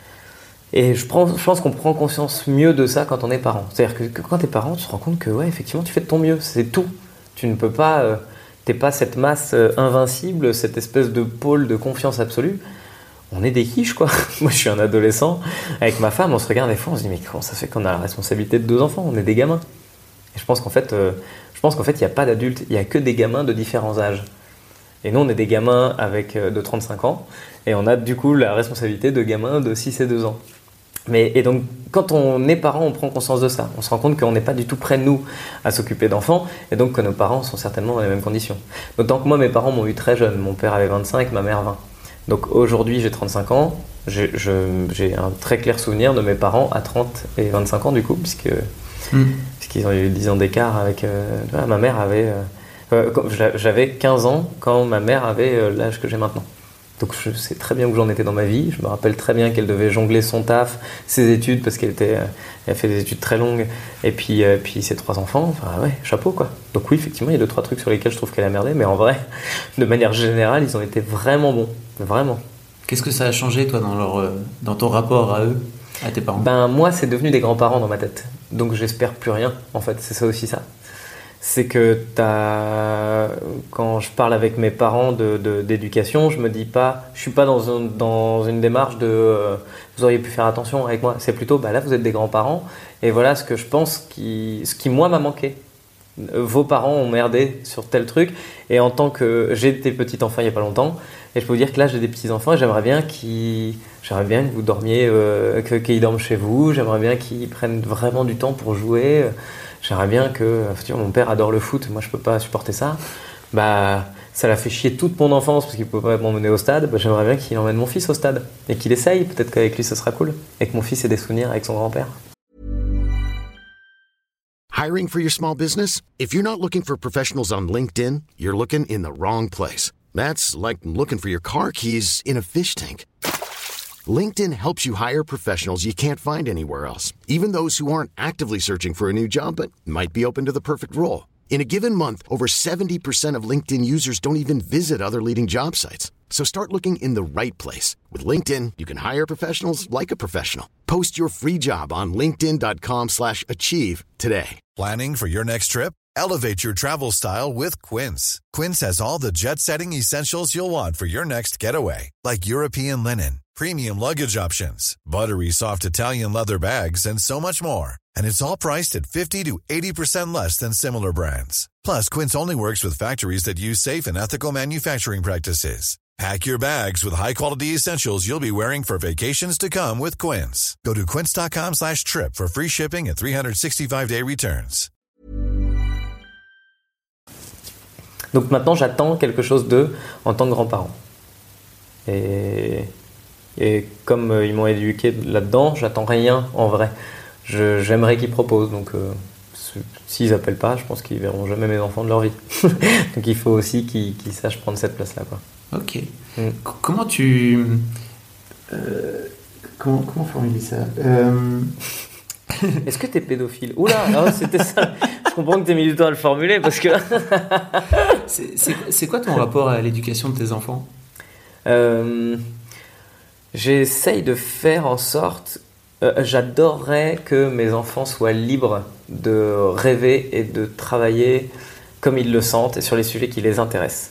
et je, prends, je pense qu'on prend conscience mieux de ça quand on est parent. C'est-à-dire que, que quand t'es parent, tu te rends compte que ouais effectivement tu fais de ton mieux, c'est tout. Tu ne peux pas euh, t'es pas cette masse euh, invincible, cette espèce de pôle de confiance absolue. On est des quiches, quoi. Moi, je suis un adolescent. Avec ma femme, on se regarde des fois, on se dit, mais comment ça se fait qu'on a la responsabilité de deux enfants ? On est des gamins. Et je pense qu'en fait, euh, je pense qu'en fait, il n'y a pas d'adultes, il n'y a que des gamins de différents âges. Et nous, on est des gamins avec, euh, de trente-cinq ans, et on a du coup la responsabilité de gamins de six et deux ans. Mais, et donc, quand on est parent, on prend conscience de ça. On se rend compte qu'on n'est pas du tout prêts, nous, à s'occuper d'enfants, et donc que nos parents sont certainement dans les mêmes conditions. D'autant que moi, mes parents m'ont eu très jeune. Mon père avait vingt-cinq, ma mère vingt. Donc aujourd'hui, j'ai trente-cinq ans. J'ai, je, j'ai un très clair souvenir de mes parents à trente et vingt-cinq ans, du coup, puisque, Hmm. puisqu'ils ont eu dix ans d'écart avec. Euh, tu vois, ma mère avait. Euh, euh, quand- j'a- j'avais quinze ans quand ma mère avait euh, l'âge que j'ai maintenant. Donc je sais très bien où j'en étais dans ma vie. Je me rappelle très bien qu'elle devait jongler son taf, ses études, parce qu'elle était, euh, elle a fait des études très longues, et puis, euh, puis ses trois enfants. Enfin ouais, chapeau quoi. Donc oui, effectivement, il y a deux trois trucs sur lesquels je trouve qu'elle a merdé, mais en vrai, de manière générale, ils ont été vraiment bons, vraiment. Qu'est-ce que ça a changé, toi, dans, leur, euh, dans ton rapport à eux, à tes parents ? Ben moi, c'est devenu des grands-parents dans ma tête. Donc j'espère plus rien. En fait, c'est ça aussi ça. C'est que t'as... quand je parle avec mes parents de, de- d'éducation, je me dis pas, je suis pas dans, un- dans une démarche de euh, vous auriez pu faire attention avec moi. C'est plutôt bah là vous êtes des grands-parents et voilà ce que je pense qui, ce qui moi m'a manqué. Euh, Vos parents ont merdé sur tel truc et en tant que j'ai des petits enfants il y a pas longtemps et je peux vous dire que là j'ai des petits enfants et j'aimerais bien qu'ils j'aimerais bien que vous dormiez euh, que, qu'ils dorment chez vous, j'aimerais bien qu'ils prennent vraiment du temps pour jouer. J'aimerais bien que, tu vois, mon père adore le foot, moi je peux pas supporter ça. Bah, ça l'a fait chier toute mon enfance parce qu'il pouvait pas m'emmener au stade. Bah, j'aimerais bien qu'il emmène mon fils au stade et qu'il essaye. Peut-être qu'avec lui ce sera cool et que mon fils ait des souvenirs avec son grand-père. Hiring for your small business? If you're not looking for professionals on LinkedIn, you're looking in the wrong place. That's like looking for your car keys in a fish tank. LinkedIn helps you hire professionals you can't find anywhere else, even those who aren't actively searching for a new job but might be open to the perfect role. In a given month, over seventy percent of LinkedIn users don't even visit other leading job sites. So start looking in the right place. With LinkedIn, you can hire professionals like a professional. Post your free job on linkedin dot com slash achieve today. Planning for your next trip? Elevate your travel style with Quince. Quince has all the jet-setting essentials you'll want for your next getaway, like European linen, premium luggage options, buttery soft Italian leather bags, and so much more. And it's all priced at fifty to eighty percent less than similar brands. Plus, Quince only works with factories that use safe and ethical manufacturing practices. Pack your bags with high-quality essentials you'll be wearing for vacations to come with Quince. Go to quince dot com slash trip for free shipping and three sixty-five day returns. Donc maintenant, j'attends quelque chose d'eux en tant que grand-parent. Et, et comme euh, ils m'ont éduqué là-dedans, j'attends rien en vrai. Je, j'aimerais qu'ils proposent. Donc euh, s'ils n'appellent pas, je pense qu'ils verront jamais mes enfants de leur vie. Donc il faut aussi qu'ils, qu'ils sachent prendre cette place-là, quoi. Ok. Mm. C- comment tu... Euh, comment, comment formuler ça euh... Est-ce que t'es pédophile? Oula, oh, c'était ça. Je comprends que t'aies mis du temps à le formuler parce que... c'est, c'est, c'est quoi ton rapport à l'éducation de tes enfants? euh, J'essaye de faire en sorte... Euh, j'adorerais que mes enfants soient libres de rêver et de travailler comme ils le sentent et sur les sujets qui les intéressent.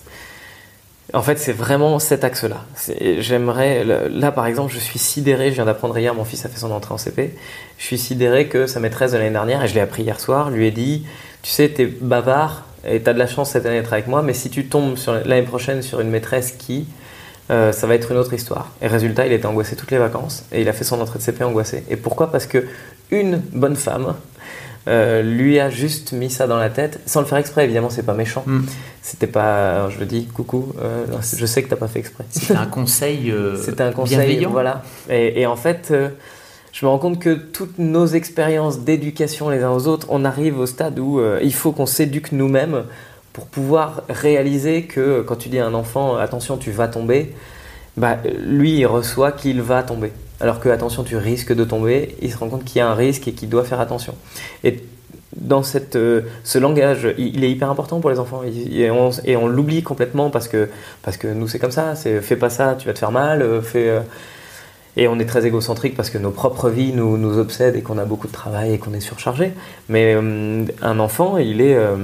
En fait, c'est vraiment cet axe-là. C'est, j'aimerais... Là, par exemple, je suis sidéré, je viens d'apprendre hier, mon fils a fait son entrée en C P, je suis sidéré que sa maîtresse de l'année dernière, et je l'ai appris hier soir, lui ait dit « Tu sais, t'es bavard et t'as de la chance cette année d'être avec moi, mais si tu tombes sur, l'année prochaine sur une maîtresse qui... Euh, ça va être une autre histoire. » Et résultat, il était angoissé toutes les vacances et il a fait son entrée de C P angoissé. Et pourquoi ? Parce que une bonne femme euh, lui a juste mis ça dans la tête, sans le faire exprès, évidemment, c'est pas méchant. Mm. C'était pas, alors je le dis, coucou, euh, je sais que t'as pas fait exprès. C'était un conseil euh, C'était un conseil, bienveillant. Voilà. Et, et en fait, euh, je me rends compte que toutes nos expériences d'éducation les uns aux autres, on arrive au stade où euh, il faut qu'on s'éduque nous-mêmes pour pouvoir réaliser que quand tu dis à un enfant « attention, tu vas tomber », bah, lui, il reçoit qu'il va tomber. Alors que « attention, tu risques de tomber », il se rend compte qu'il y a un risque et qu'il doit faire attention. Et dans cette, euh, ce langage, il, il est hyper important pour les enfants. Il, et, on, et on l'oublie complètement parce que, parce que nous, c'est comme ça. C'est « fais pas ça, tu vas te faire mal euh, ». Fais, euh... Et on est très égocentrique parce que nos propres vies nous, nous obsèdent et qu'on a beaucoup de travail et qu'on est surchargé. Mais euh, un enfant, il est... Euh,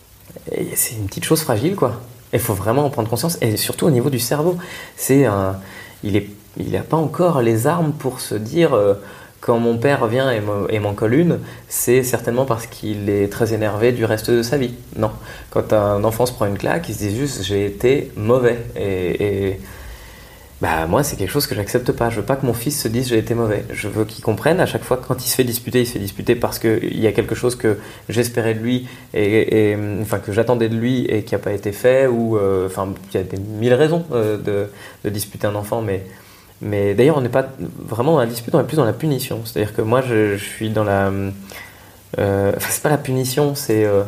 Et c'est une petite chose fragile, quoi. Il faut vraiment en prendre conscience. Et surtout au niveau du cerveau. C'est un, il est, il n'a pas encore les armes pour se dire euh, quand mon père vient et, me, et m'en colle une, c'est certainement parce qu'il est très énervé du reste de sa vie. Non. Quand un enfant se prend une claque, il se dit juste j'ai été mauvais. Et, et bah, moi, c'est quelque chose que j'accepte pas. Je veux pas que mon fils se dise j'ai été mauvais. Je veux qu'il comprenne à chaque fois que quand il se fait disputer, il se fait disputer parce qu'il y a quelque chose que j'espérais de lui et, et enfin que j'attendais de lui et qui n'a pas été fait ou euh, enfin il y a des mille raisons euh, de, de disputer un enfant, mais mais d'ailleurs on n'est pas vraiment dans la dispute, on est plus dans la punition. C'est-à-dire que moi je, je suis dans la euh, enfin c'est pas la punition, c'est euh,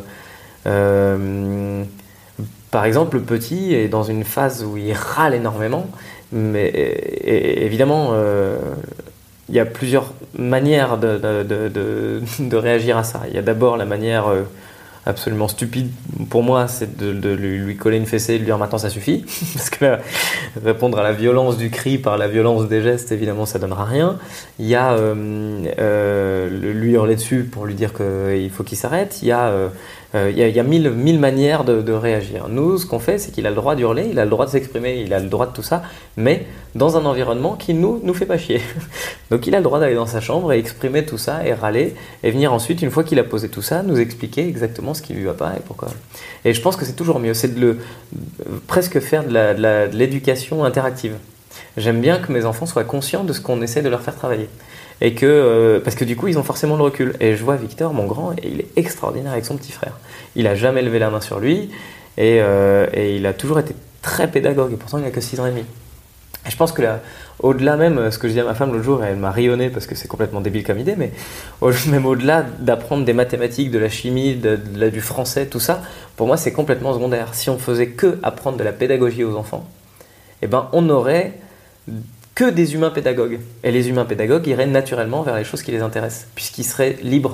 euh, par exemple le petit est dans une phase où il râle énormément. Mais et, et, évidemment, euh, il y a plusieurs manières de, de, de, de, de réagir à ça. Il y a d'abord la manière euh, absolument stupide pour moi, c'est de, de lui, lui coller une fessée et de lui dire maintenant ça suffit. Parce que là, répondre à la violence du cri par la violence des gestes, évidemment, ça donnera rien. Il y a euh, euh, lui hurler dessus pour lui dire qu'il faut qu'il s'arrête. Il y a... Euh, Euh, il y a, il y a mille, mille manières de, de réagir. Nous, ce qu'on fait, c'est qu'il a le droit d'hurler, il a le droit de s'exprimer, il a le droit de tout ça, mais dans un environnement qui nous, nous fait pas chier. Donc il a le droit d'aller dans sa chambre et exprimer tout ça et râler, et venir ensuite, une fois qu'il a posé tout ça, nous expliquer exactement ce qui lui va pas et pourquoi. Et je pense que c'est toujours mieux, c'est de le, presque faire de, la, de, la, de l'éducation interactive. J'aime bien que mes enfants soient conscients de ce qu'on essaie de leur faire travailler. Et que, euh, parce que du coup, ils ont forcément le recul. Et je vois Victor, mon grand, et il est extraordinaire avec son petit frère. Il a jamais levé la main sur lui, et, euh, et il a toujours été très pédagogue, et pourtant il n'a que six ans et demi. Et je pense que là, au-delà même, ce que je disais à ma femme l'autre jour, elle m'a rayonné parce que c'est complètement débile comme idée, mais au, même au-delà d'apprendre des mathématiques, de la chimie, de, de, de, du français, tout ça, pour moi c'est complètement secondaire. Si on faisait que apprendre de la pédagogie aux enfants, eh ben on aurait que des humains pédagogues. Et les humains pédagogues iraient naturellement vers les choses qui les intéressent, puisqu'ils seraient libres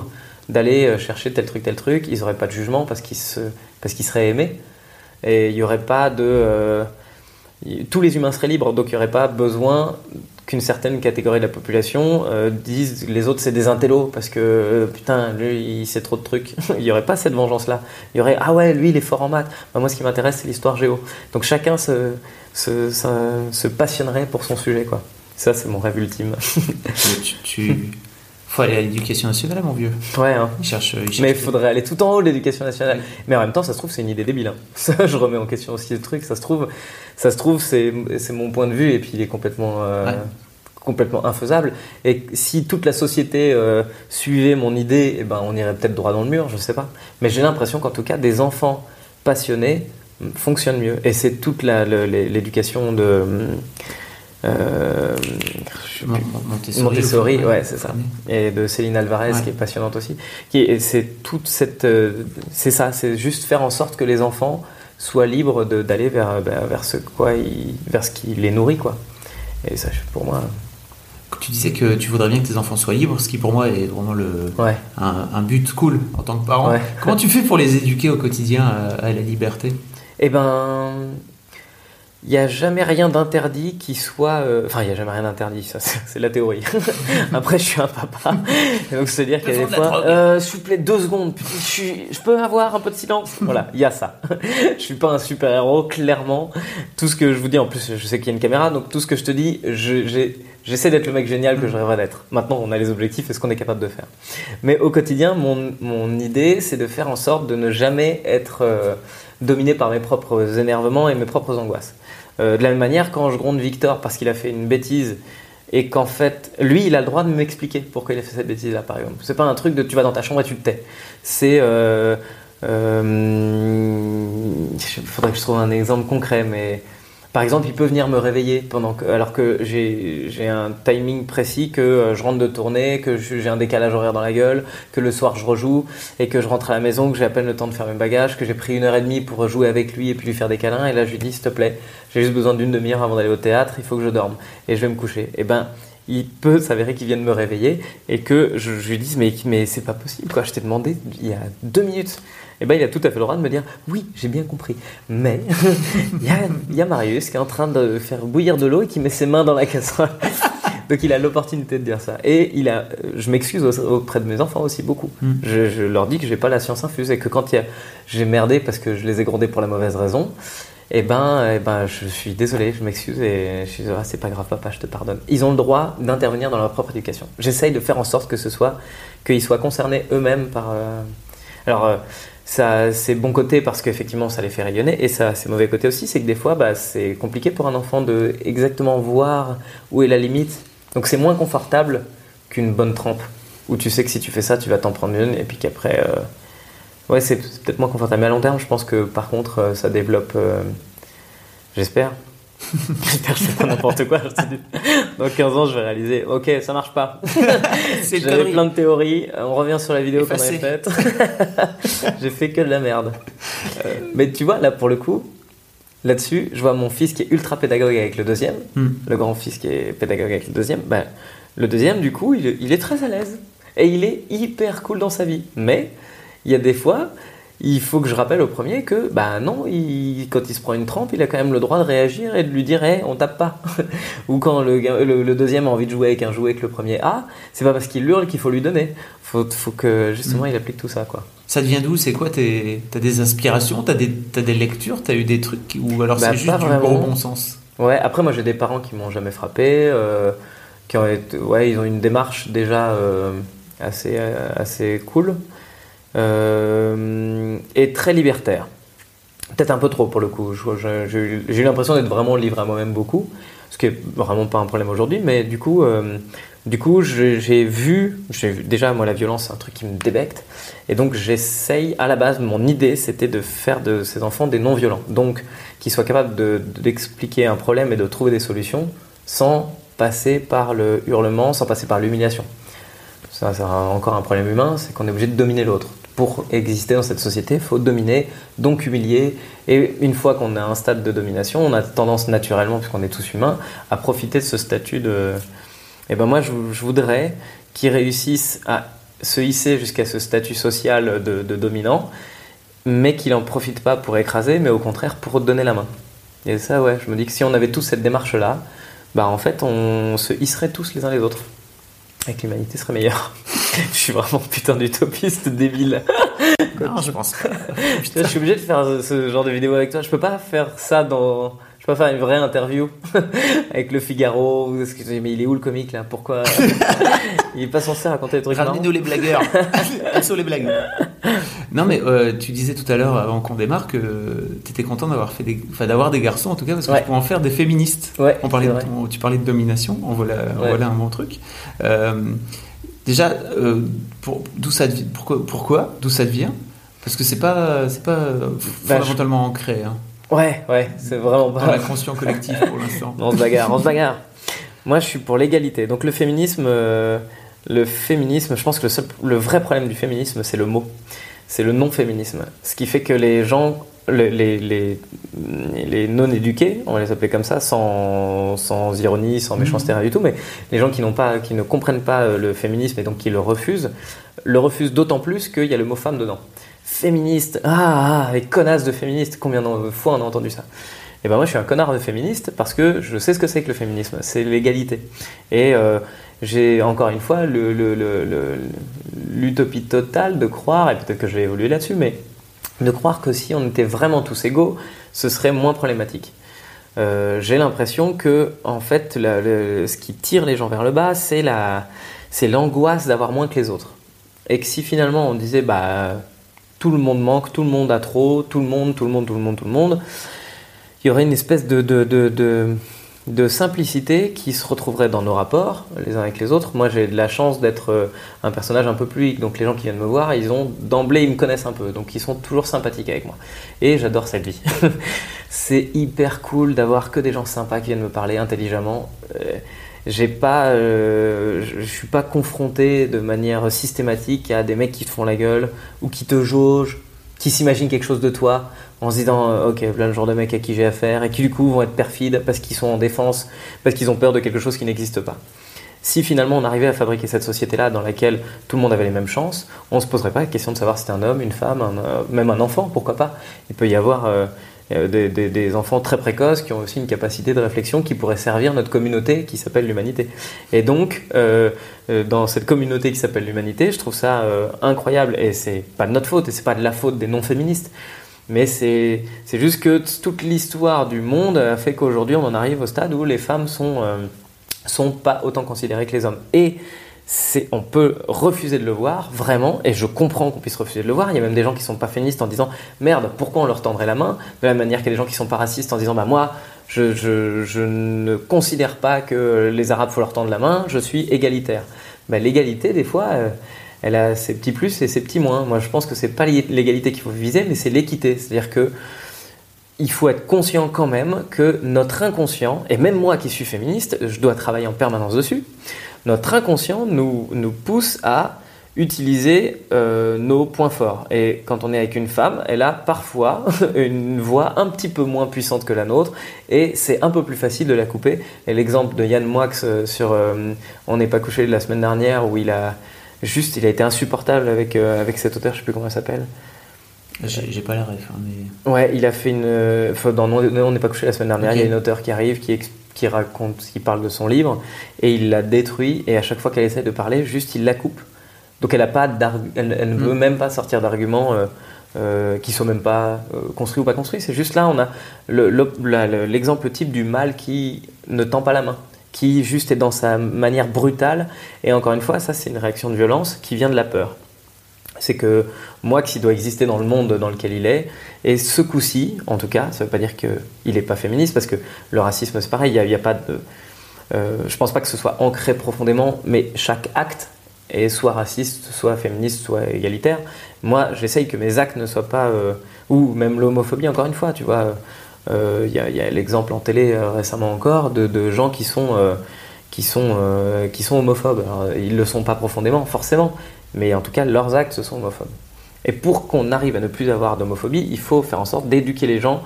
d'aller chercher tel truc, tel truc. Ils n'auraient pas de jugement parce qu'ils, se, parce qu'ils seraient aimés. Et il n'y aurait pas de... Euh, tous les humains seraient libres, donc il n'y aurait pas besoin qu'une certaine catégorie de la population euh, dise les autres c'est des intellos parce que euh, putain lui il sait trop de trucs. Il n'y aurait pas cette vengeance là. Il y aurait ah ouais lui il est fort en maths. Bah, moi ce qui m'intéresse c'est l'histoire géo. Donc chacun se, se, se, se passionnerait pour son sujet quoi. Ça c'est mon rêve ultime. tu, tu... faut aller à l'éducation nationale mon vieux. Ouais hein. Il cherche, il cherche mais il faudrait aller tout en haut de l'éducation nationale. Oui. Mais en même temps ça se trouve c'est une idée débile. Hein. Ça je remets en question aussi le truc. Ça se trouve ça se trouve c'est, c'est mon point de vue et puis il est complètement euh, ouais. complètement infaisable. Et si toute la société euh, suivait mon idée, eh ben, on irait peut-être droit dans le mur, je sais pas. Mais j'ai l'impression qu'en tout cas, des enfants passionnés fonctionnent mieux. Et c'est toute la, le, l'éducation de... Euh, Montessori, Montessori ouais, c'est ça. Et de Céline Alvarez, ouais. qui est passionnante aussi. Qui est, c'est toute cette... Euh, c'est ça, c'est juste faire en sorte que les enfants soient libres de, d'aller vers, vers, ce quoi ils, vers ce qui les nourrit, quoi. Et ça, pour moi... Tu disais que tu voudrais bien que tes enfants soient libres, ce qui pour moi est vraiment le, ouais. un, un but cool en tant que parent. Ouais. Comment tu fais pour les éduquer au quotidien à, à la liberté ? Eh ben... Il n'y a jamais rien d'interdit qui soit... Euh... Enfin, il n'y a jamais rien d'interdit, ça, c'est, c'est la théorie. Après, je suis un papa. Donc, se dire qu'il y a des fois... Euh, S'il vous plaît, deux secondes. Je, suis... je peux avoir un peu de silence ? Voilà, il y a ça. Je ne suis pas un super-héros, clairement. Tout ce que je vous dis, en plus, je sais qu'il y a une caméra, donc tout ce que je te dis, je, j'ai... j'essaie d'être le mec génial que je rêverais d'être. Maintenant, on a les objectifs et ce qu'on est capable de faire. Mais au quotidien, mon, mon idée, c'est de faire en sorte de ne jamais être euh, dominé par mes propres énervements et mes propres angoisses. Euh, de la même manière, quand je gronde Victor parce qu'il a fait une bêtise et qu'en fait, lui, il a le droit de m'expliquer pourquoi il a fait cette bêtise-là, par exemple. C'est pas un truc de tu vas dans ta chambre et tu te tais. C'est... Euh, euh, il faudrait que je trouve un exemple concret, mais... Par exemple, il peut venir me réveiller pendant que, alors que j'ai, j'ai un timing précis, que je rentre de tournée, que j'ai un décalage horaire dans la gueule, que le soir je rejoue et que je rentre à la maison, que j'ai à peine le temps de faire mes bagages, que j'ai pris une heure et demie pour jouer avec lui et puis lui faire des câlins. Et là, je lui dis, s'il te plaît, j'ai juste besoin d'une demi-heure avant d'aller au théâtre, il faut que je dorme et je vais me coucher. Et ben, il peut s'avérer qu'il vienne me réveiller et que je, je lui dise, mais, mais c'est pas possible, quoi. Je t'ai demandé il y a deux minutes. Et ben, il a tout à fait le droit de me dire oui, j'ai bien compris. Mais il y a, y a Marius qui est en train de faire bouillir de l'eau et qui met ses mains dans la casserole. Donc il a l'opportunité de dire ça. Et il a, je m'excuse auprès de mes enfants aussi beaucoup. Mm. Je, je leur dis que j'ai pas la science infuse et que quand il y a, j'ai merdé parce que je les ai grondés pour la mauvaise raison. Et ben, et ben, je suis désolé, je m'excuse et je suis ah, c'est pas grave papa, je te pardonne. Ils ont le droit d'intervenir dans leur propre éducation. J'essaye de faire en sorte que ce soit, qu'ils soient concernés eux-mêmes par. Euh... Alors. Euh, Ça, c'est bon côté parce qu'effectivement ça les fait rayonner, et ça, c'est mauvais côté aussi, c'est que des fois bah, c'est compliqué pour un enfant de exactement voir où est la limite. Donc c'est moins confortable qu'une bonne trempe où tu sais que si tu fais ça tu vas t'en prendre une et puis qu'après euh... ouais c'est, c'est peut-être moins confortable, mais à long terme je pense que par contre euh, ça développe euh... j'espère j'espère que c'est pas n'importe quoi. Je te dis. Dans quinze ans je vais réaliser ok ça marche pas. C'est j'avais plein de théories, on revient sur la vidéo Effacé. Qu'on avait faite. J'ai fait que de la merde. euh, mais tu vois là pour le coup là-dessus je vois mon fils qui est ultra pédagogue avec le deuxième, mm. le grand fils qui est pédagogue avec le deuxième. Ben, le deuxième du coup il, il est très à l'aise et il est hyper cool dans sa vie, mais il y a des fois il faut que je rappelle au premier que, bah non, il, quand il se prend une trempe, il a quand même le droit de réagir et de lui dire hey, on tape pas. Ou quand le, le, le deuxième a envie de jouer avec un jouet que le premier a, c'est pas parce qu'il hurle qu'il faut lui donner. Faut, faut que justement mmh. il applique tout ça, quoi. Ça devient d'où ? C'est quoi ? Tes, t'as des inspirations ? T'as des, t'as des lectures ? T'as eu des trucs ? Ou alors bah, c'est juste du gros bon sens ? Ouais, après moi j'ai des parents qui m'ont jamais frappé, euh, qui ont été, ouais, ils ont une démarche déjà euh, assez, euh, assez cool. Euh, et très libertaire, peut-être un peu trop pour le coup. Je, je, je, j'ai eu l'impression d'être vraiment livré à moi-même beaucoup, ce qui est vraiment pas un problème aujourd'hui, mais du coup, euh, du coup je, j'ai vu, j'ai vu déjà moi la violence c'est un truc qui me débecte, et donc j'essaye à la base, mon idée c'était de faire de ces enfants des non-violents, donc qu'ils soient capables de, de, d'expliquer un problème et de trouver des solutions sans passer par le hurlement, sans passer par l'humiliation. Ça, c'est encore un problème humain, c'est qu'on est obligé de dominer l'autre. Pour exister dans cette société, il faut dominer, donc humilier. Et une fois qu'on a un stade de domination, on a tendance naturellement, puisqu'on est tous humains, à profiter de ce statut de... Et ben moi, je, je voudrais qu'ils réussissent à se hisser jusqu'à ce statut social de, de dominant, mais qu'il n'en profite pas pour écraser, mais au contraire pour donner la main. Et ça, ouais, je me dis que si on avait tous cette démarche-là, bah en fait, on se hisserait tous les uns les autres. Et que l'humanité serait meilleure. Je suis vraiment putain d'utopiste débile. Non, je pense pas. Putain, je suis obligé de faire ce genre de vidéo avec toi. Je peux pas faire ça dans... Je peux pas faire une vraie interview avec Le Figaro. Mais il est où le comique là? Pourquoi? Il est pas censé raconter des trucs marrants. Ramenez-nous les blagueurs. Elles sont les blagueurs. Non mais euh, tu disais tout à l'heure avant qu'on démarre que tu étais content d'avoir fait des, enfin d'avoir des garçons en tout cas parce que ouais. tu peux en faire des féministes. Ouais, on parlait de ton, tu parlais de domination. On voilà, ouais. voilà un bon truc. Euh, déjà, euh, pour, d'où ça devient, pourquoi, pourquoi, d'où ça vient? Parce que c'est pas, c'est pas fondamentalement bah, je... ancré. Hein. Ouais, ouais, c'est vraiment pas. Dans l'inconscient collectif pour l'instant. On se bagarre, on se bagarre. Moi, je suis pour l'égalité. Donc le féminisme, euh, le féminisme, je pense que le, seul, le vrai problème du féminisme, c'est le mot. C'est le non-féminisme. Ce qui fait que les gens, les, les, les, les non-éduqués, on va les appeler comme ça, sans, sans ironie, sans méchanceté, rien du tout, mais les gens qui, n'ont pas, qui ne comprennent pas le féminisme et donc qui le refusent, le refusent d'autant plus qu'il y a le mot femme dedans. Féministe, ah, ah, les connasses de féministes, combien de fois on a entendu ça? Et ben moi je suis un connard de féministe parce que je sais ce que c'est que le féminisme, c'est l'égalité. Et euh, j'ai encore une fois le, le, le, le, l'utopie totale de croire, et peut-être que je vais évoluer là-dessus, mais de croire que si on était vraiment tous égaux, ce serait moins problématique. Euh, j'ai l'impression que en fait, la, le, ce qui tire les gens vers le bas, c'est, la, c'est l'angoisse d'avoir moins que les autres. Et que si finalement on disait bah tout le monde manque, tout le monde a trop, tout le monde, tout le monde, tout le monde, tout le monde, il y aurait une espèce de, de, de, de, de simplicité qui se retrouverait dans nos rapports, les uns avec les autres. Moi, j'ai de la chance d'être un personnage un peu public, donc les gens qui viennent me voir, ils ont, d'emblée, ils me connaissent un peu, donc ils sont toujours sympathiques avec moi. Et j'adore cette vie. C'est hyper cool d'avoir que des gens sympas qui viennent me parler intelligemment. Euh, j'ai pas, euh, je, je suis pas confronté de manière systématique à des mecs qui te font la gueule ou qui te jaugent, qui s'imaginent quelque chose de toi en se disant euh, ok, voilà le genre de mec à qui j'ai affaire et qui du coup vont être perfides parce qu'ils sont en défense, parce qu'ils ont peur de quelque chose qui n'existe pas. Si finalement on arrivait à fabriquer cette société-là dans laquelle tout le monde avait les mêmes chances, on se poserait pas la question de savoir si c'est un homme, une femme, un, euh, même un enfant, pourquoi pas. Il peut y avoir euh, Des, des, des enfants très précoces qui ont aussi une capacité de réflexion qui pourrait servir notre communauté qui s'appelle l'humanité. Et donc, euh, dans cette communauté qui s'appelle l'humanité, je trouve ça euh, incroyable. Et c'est pas de notre faute, et c'est pas de la faute des non-féministes. Mais c'est, c'est juste que toute l'histoire du monde a fait qu'aujourd'hui, on en arrive au stade où les femmes sont, euh, sont pas autant considérées que les hommes. Et c'est, on peut refuser de le voir, vraiment, et je comprends qu'on puisse refuser de le voir. Il y a même des gens qui ne sont pas féministes en disant « Merde, pourquoi on leur tendrait la main ?» De la même manière qu'il y a des gens qui ne sont pas racistes en disant bah, « Moi, je, je, je ne considère pas que les Arabes, il faut leur tendre la main, je suis égalitaire. » Ben, l'égalité, des fois, euh, elle a ses petits plus et ses petits moins. Moi, je pense que ce n'est pas l'égalité qu'il faut viser, mais c'est l'équité. C'est-à-dire que il faut être conscient quand même que notre inconscient, et même moi qui suis féministe, je dois travailler en permanence dessus, notre inconscient nous, nous pousse à utiliser euh, nos points forts. Et quand on est avec une femme, elle a parfois une voix un petit peu moins puissante que la nôtre, et c'est un peu plus facile de la couper. Et l'exemple de Yann Moix sur euh, On n'est pas couché de la semaine dernière, où il a juste, il a été insupportable avec, euh, avec cet auteur, je ne sais plus comment il s'appelle. J'ai, j'ai pas la ref, hein, mais... Ouais, il a fait une... Euh, dans Non, on n'est pas couché la semaine dernière, okay. Il y a une auteure qui arrive, qui, qui raconte, qui parle de son livre, et il la détruit, et à chaque fois qu'elle essaie de parler, juste il la coupe. Donc elle, a pas elle, elle ne mmh. veut même pas sortir d'arguments euh, euh, qui ne sont même pas euh, construits ou pas construits. C'est juste là, on a le, le, la, le, l'exemple type du mal qui ne tend pas la main, qui juste est dans sa manière brutale. Et encore une fois, ça c'est une réaction de violence qui vient de la peur. C'est que moi, qui doit exister dans le monde dans lequel il est, et ce coup-ci, en tout cas, ça ne veut pas dire qu'il n'est pas féministe, parce que le racisme, c'est pareil, il n'y a, il y a pas de... Euh, je ne pense pas que ce soit ancré profondément, mais chaque acte est soit raciste, soit féministe, soit égalitaire. Moi, j'essaye que mes actes ne soient pas... Euh, ou même l'homophobie, encore une fois, tu vois. Il euh, y, y a l'exemple en télé euh, récemment encore de, de gens qui sont, euh, qui, sont, euh, qui sont homophobes. Alors, ils ne le sont pas profondément, forcément, mais en tout cas, leurs actes sont homophobes. Et pour qu'on arrive à ne plus avoir d'homophobie, il faut faire en sorte d'éduquer les gens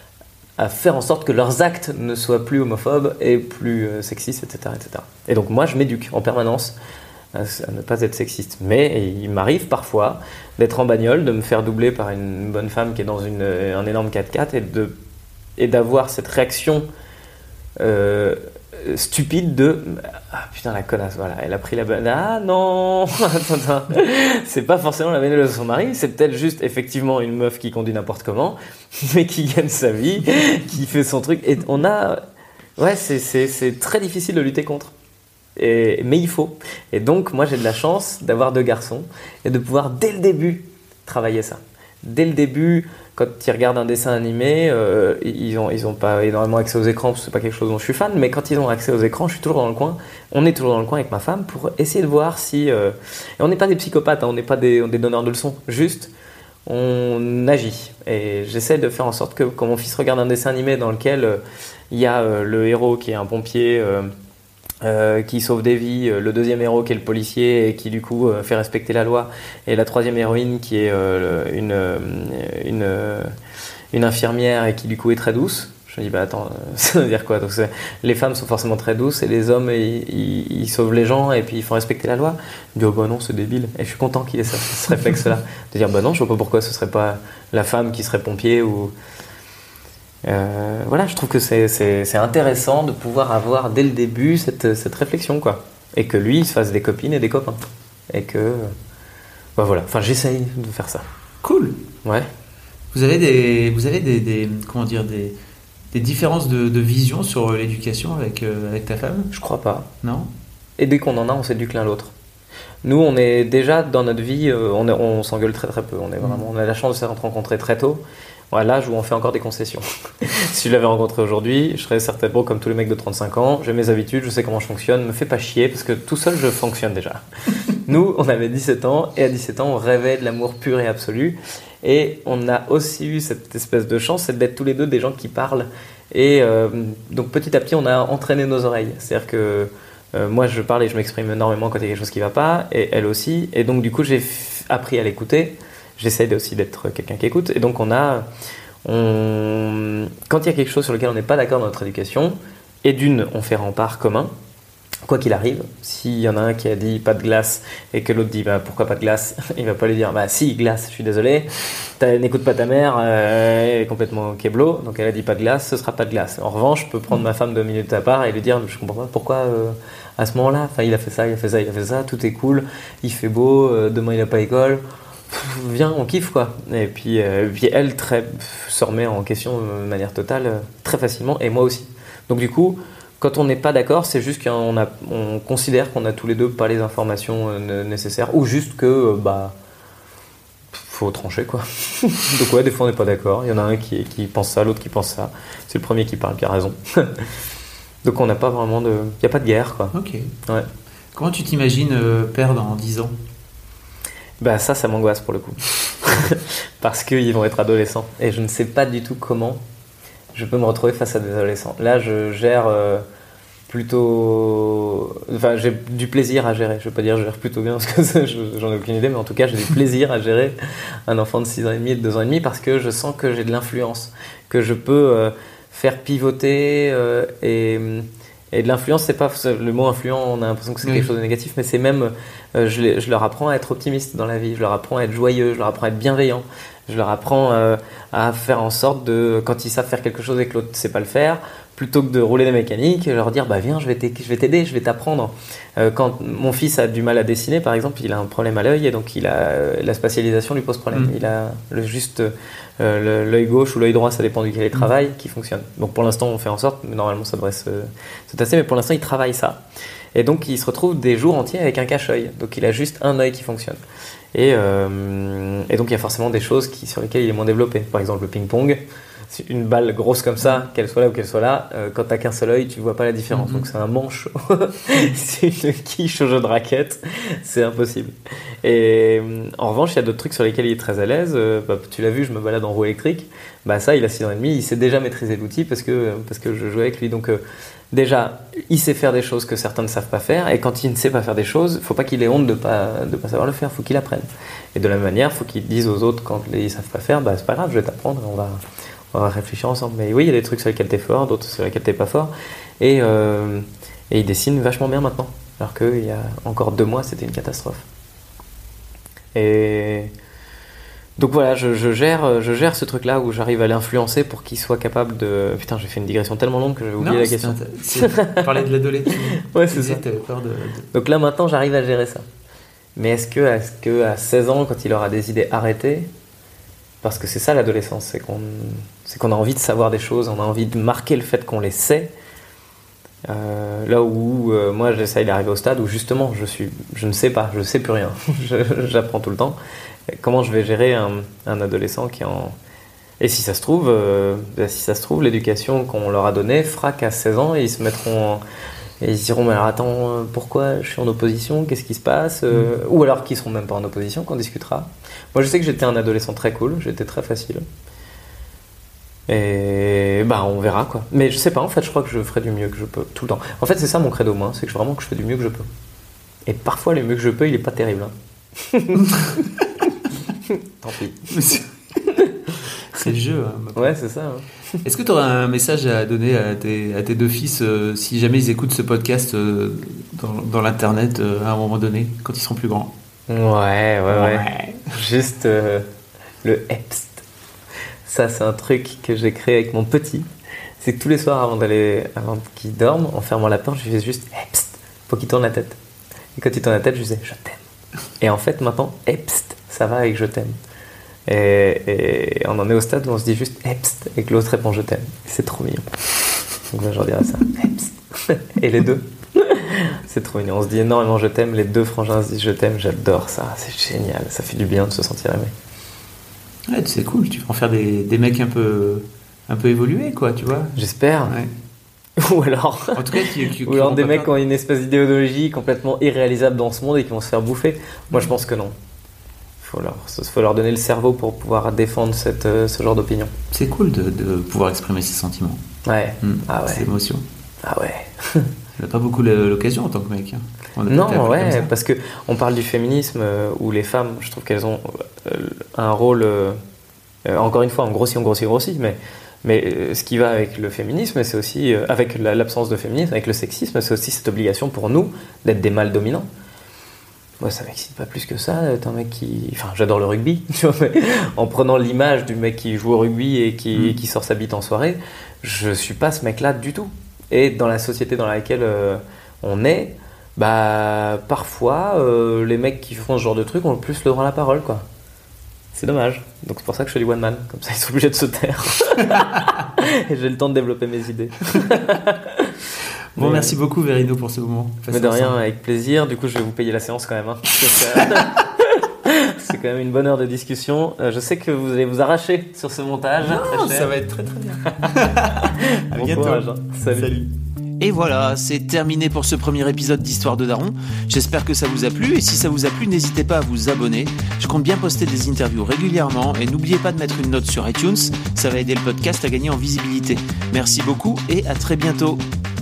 à faire en sorte que leurs actes ne soient plus homophobes et plus euh, sexistes, et cetera, et cetera. Et donc moi, je m'éduque en permanence à, à ne pas être sexiste. Mais il m'arrive parfois d'être en bagnole, de me faire doubler par une bonne femme qui est dans une, un énorme quatre-quatre et, de, et d'avoir cette réaction euh, stupide de « Ah putain, la connasse, voilà, elle a pris la bagnole. Ah non attends, attends. » C'est pas forcément la bagnole de son mari, c'est peut-être juste effectivement une meuf qui conduit n'importe comment, mais qui gagne sa vie, qui fait son truc. Et on a... Ouais, c'est, c'est, c'est très difficile de lutter contre. Et, mais il faut. Et donc, moi, j'ai de la chance d'avoir deux garçons et de pouvoir, dès le début, travailler ça. Dès le début, quand ils regardent un dessin animé, euh, ils n'ont ils ont pas énormément accès aux écrans, parce que ce n'est pas quelque chose dont je suis fan, mais quand ils ont accès aux écrans, je suis toujours dans le coin. On est toujours dans le coin avec ma femme pour essayer de voir si... Euh, et on n'est pas des psychopathes, hein, on n'est pas des, des donneurs de leçons, juste... on agit. Et j'essaie de faire en sorte que quand mon fils regarde un dessin animé dans lequel il euh, y a euh, le héros qui est un pompier euh, euh, qui sauve des vies, euh, le deuxième héros qui est le policier et qui du coup euh, fait respecter la loi, et la troisième héroïne qui est euh, une, une, une, une infirmière et qui du coup est très douce. Je me dis, bah attends, ça veut dire quoi? Donc, les femmes sont forcément très douces et les hommes, ils, ils, ils sauvent les gens et puis ils font respecter la loi. Je me dis, oh bah non, c'est débile. Et je suis content qu'il ait ça, ce réflexe-là. De dire, bah non, je vois pas pourquoi ce serait pas la femme qui serait pompier ou... Euh, voilà, je trouve que c'est, c'est, c'est intéressant de pouvoir avoir dès le début cette, cette réflexion, quoi. Et que lui, il se fasse des copines et des copains. Et que... Bah voilà, enfin j'essaye de faire ça. Cool. Ouais. Vous avez des... Vous avez des, des comment dire, des... des différences de, de vision sur l'éducation avec, euh, avec ta femme? Je crois pas. Non. Et dès qu'on en a, on s'éduque l'un l'autre. Nous, on est déjà dans notre vie, euh, on, est, on s'engueule très très peu. On, est vraiment, on a la chance de s'être rencontrés très tôt. À l'âge où on fait encore des concessions. Si je l'avais rencontré aujourd'hui, je serais certainement comme tous les mecs de trente-cinq ans. J'ai mes habitudes, je sais comment je fonctionne, me fais pas chier parce que tout seul je fonctionne déjà. Nous, on avait dix-sept ans et à dix-sept ans, on rêvait de l'amour pur et absolu. Et on a aussi eu cette espèce de chance, c'est d'être tous les deux des gens qui parlent. Et euh, donc petit à petit, on a entraîné nos oreilles. C'est-à-dire que euh, moi, je parle et je m'exprime énormément quand il y a quelque chose qui va pas, et elle aussi. Et donc du coup, j'ai f- appris à l'écouter. J'essaie aussi d'être quelqu'un qui écoute. Et donc, on a, on, quand il y a quelque chose sur lequel on n'est pas d'accord dans notre éducation, et d'une, on fait rempart commun, quoi qu'il arrive. S'il y en a un qui a dit pas de glace et que l'autre dit bah, pourquoi pas de glace, il ne va pas lui dire bah si, glace, je suis désolé, T'as, n'écoute pas ta mère, euh, elle est complètement keblo, donc elle a dit pas de glace, ce sera pas de glace. En revanche, je peux prendre ma femme deux minutes à part et lui dire je comprends pas pourquoi euh, à ce moment-là, enfin, il a fait ça, il a fait ça, il a fait ça, tout est cool, il fait beau, euh, demain il n'a pas école. Viens, on kiffe quoi. Et puis, euh, puis elle très, se remet en question de manière totale euh, très facilement, et moi aussi. Donc du coup, quand on n'est pas d'accord, c'est juste qu'on a, on considère qu'on a tous les deux pas les informations euh, nécessaires, ou juste que euh, bah faut trancher quoi. Donc ouais, des fois on n'est pas d'accord. Il y en a un qui, qui pense ça, l'autre qui pense ça. C'est le premier qui parle qui a raison. Donc on n'a pas vraiment de, il y a pas de guerre quoi. Ok. Ouais. Comment tu t'imagines euh, père dans dix ans? Bah ça, ça m'angoisse pour le coup. Parce qu'ils vont être adolescents. Et je ne sais pas du tout comment je peux me retrouver face à des adolescents. Là, je gère euh, plutôt... Enfin, j'ai du plaisir à gérer. Je ne veux pas dire je gère plutôt bien, parce que ça, j'en ai aucune idée, mais en tout cas, j'ai du plaisir à gérer un enfant de six ans et demi et de deux ans et demi, parce que je sens que j'ai de l'influence, que je peux euh, faire pivoter euh, et... Et de l'influence, c'est pas le mot influent, on a l'impression que c'est oui. quelque chose de négatif, mais c'est même, euh, je, les, je leur apprends à être optimiste dans la vie, je leur apprends à être joyeux, je leur apprends à être bienveillant, je leur apprends euh, à faire en sorte de, quand ils savent faire quelque chose et que l'autre ne sait pas le faire, plutôt que de rouler des mécaniques, leur dire bah viens, je vais, je vais t'aider, je vais t'apprendre. Euh, quand mon fils a du mal à dessiner, par exemple, il a un problème à l'œil et donc il a, la spatialisation lui pose problème. Mmh. Il a le juste euh, le, l'œil gauche ou l'œil droit, ça dépend duquel il travaille, mmh. qui fonctionne. Donc pour l'instant, on fait en sorte, mais normalement ça devrait se, se tasser, mais pour l'instant, il travaille ça. Et donc il se retrouve des jours entiers avec un cache-œil. Donc il a juste un œil qui fonctionne. Et, euh, et donc il y a forcément des choses qui, sur lesquelles il est moins développé. Par exemple, le ping-pong. Une balle grosse comme ça, qu'elle soit là ou qu'elle soit là, euh, quand t'as qu'un seul œil, tu vois pas la différence. Mm-hmm. Donc c'est un manche, c'est une quiche au jeu de raquette, c'est impossible. Et euh, en revanche, il y a d'autres trucs sur lesquels il est très à l'aise. Euh, bah, tu l'as vu, je me balade en roue électrique. Bah ça, il a six ans et demi, il sait déjà maîtriser l'outil parce que parce que je joue avec lui. Donc euh, déjà, il sait faire des choses que certains ne savent pas faire. Et quand il ne sait pas faire des choses, faut pas qu'il ait honte de pas de pas savoir le faire. Faut qu'il apprenne. Et de la même manière, faut qu'il dise aux autres quand ils savent pas faire, bah c'est pas grave, je vais t'apprendre. On va On va réfléchir ensemble. Mais oui, il y a des trucs sur lesquels t'es fort, d'autres sur lesquels t'es pas fort. Et, euh, et il dessine vachement bien maintenant. Alors qu'il y a encore deux mois, c'était une catastrophe. Et donc voilà, je, je, gère, je gère ce truc-là où j'arrive à l'influencer pour qu'il soit capable de... Putain, j'ai fait une digression tellement longue que j'ai oublié non, la question. C'est parler de l'adolescence. Ouais, c'est ça. T'avais peur de, de... Donc là, maintenant, j'arrive à gérer ça. Mais est-ce que, est-ce que à seize ans, quand il aura des idées arrêtées, parce que c'est ça l'adolescence, c'est qu'on, c'est qu'on a envie de savoir des choses, on a envie de marquer le fait qu'on les sait. Euh, là où euh, moi j'essaye d'arriver au stade où justement je, suis, je ne sais pas, je ne sais plus rien, je, j'apprends tout le temps. Et comment je vais gérer un, un adolescent qui est en... Et si ça se trouve, euh, si ça se trouve, l'éducation qu'on leur a donnée fera qu'à seize ans, ils se mettront en... et ils se diront mais alors attends, pourquoi je suis en opposition, qu'est-ce qui se passe, euh, mmh. Ou alors qu'ils seront même pas en opposition, qu'on discutera. Moi je sais que j'étais un adolescent très cool, j'étais très facile. Et bah on verra quoi. Mais je sais pas, en fait je crois que je ferai du mieux que je peux tout le temps. En fait c'est ça mon credo moi, c'est que vraiment que je fais du mieux que je peux. Et parfois le mieux que je peux il est pas terrible. Hein. Tant pis. C'est le jeu. Hein, ouais c'est ça. Hein. Est-ce que tu aurais un message à donner à tes, à tes deux fils euh, si jamais ils écoutent ce podcast euh, dans, dans l'internet euh, à un moment donné, quand ils seront plus grands? Ouais ouais ouais. ouais. Juste euh, le Epst. Ça, c'est un truc que j'ai créé avec mon petit. C'est que tous les soirs, avant, d'aller, avant qu'il dorme, en fermant la porte, je lui fais juste « Epst » pour qu'il tourne la tête. Et quand il tourne la tête, je lui disais « Je t'aime ». Et en fait, maintenant, « Epst », ça va avec « Je t'aime ». Et, et on en est au stade où on se dit juste « Epst » et que l'autre répond « Je t'aime ». C'est trop mignon. Donc là, je leur dirais ça « Epst ». Et les deux, c'est trop mignon. On se dit énormément « Je t'aime ». Les deux frangins se disent « Je t'aime ». J'adore ça. C'est génial. Ça fait du bien de se sentir aimé. Ouais, c'est cool, tu vas en faire des, des mecs un peu, un peu évolués, quoi, tu vois. J'espère. Ouais. Ou alors, en tout cas, qui, qui, ou alors des mecs qui ont une espèce d'idéologie complètement irréalisable dans ce monde et qui vont se faire bouffer. Moi, je pense que non. Il faut leur, faut leur donner le cerveau pour pouvoir défendre cette, ce genre d'opinion. C'est cool de, de pouvoir exprimer ses sentiments. Ouais. Mmh. Ah ouais. Ses émotions. Ah ouais. On n'a pas beaucoup l'occasion en tant que mec. Hein. Non, ouais, parce que on parle du féminisme euh, où les femmes, je trouve qu'elles ont euh, un rôle. Euh, euh, encore une fois, on grossit, on grossit, on grossit, mais mais euh, ce qui va avec le féminisme, c'est aussi euh, avec la, l'absence de féminisme, avec le sexisme, c'est aussi cette obligation pour nous d'être des mâles dominants. Moi, ça m'excite pas plus que ça. Être un mec qui, enfin, j'adore le rugby, tu vois, mais en prenant l'image du mec qui joue au rugby et qui, mmh. qui sort sa bite en soirée, je suis pas ce mec-là du tout. Et dans la société dans laquelle euh, on est, bah parfois euh, les mecs qui font ce genre de trucs ont le plus le droit à la parole, quoi. C'est dommage. Donc c'est pour ça que je fais du one man, comme ça ils sont obligés de se taire. Et j'ai le temps de développer mes idées. Bon, mais, merci beaucoup Verino pour ce moment. Mais de rien, avec plaisir. Du coup, je vais vous payer la séance quand même. Hein. C'est quand même une bonne heure de discussion. Euh, je sais que vous allez vous arracher sur ce montage. Non, ça va être très très bien. À bon bientôt. Courage, hein. Salut. Salut. Et voilà, c'est terminé pour ce premier épisode d'Histoire de Daron. J'espère que ça vous a plu et si ça vous a plu, n'hésitez pas à vous abonner. Je compte bien poster des interviews régulièrement et n'oubliez pas de mettre une note sur iTunes, ça va aider le podcast à gagner en visibilité. Merci beaucoup et à très bientôt.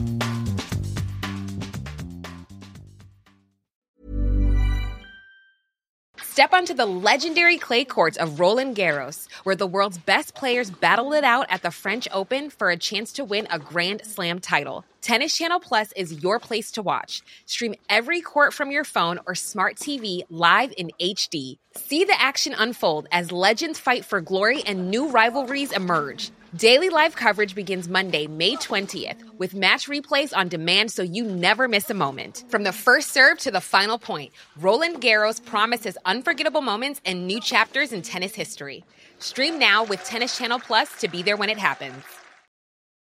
Step onto the legendary clay courts of Roland Garros, where the world's best players battle it out at the French Open for a chance to win a Grand Slam title. Tennis Channel Plus is your place to watch. Stream every court from your phone or smart T V live in H D. See the action unfold as legends fight for glory and new rivalries emerge. Daily live coverage begins Monday, May twentieth, with match replays on demand so you never miss a moment. From the first serve to the final point, Roland Garros promises unforgettable moments and new chapters in tennis history. Stream now with Tennis Channel Plus to be there when it happens.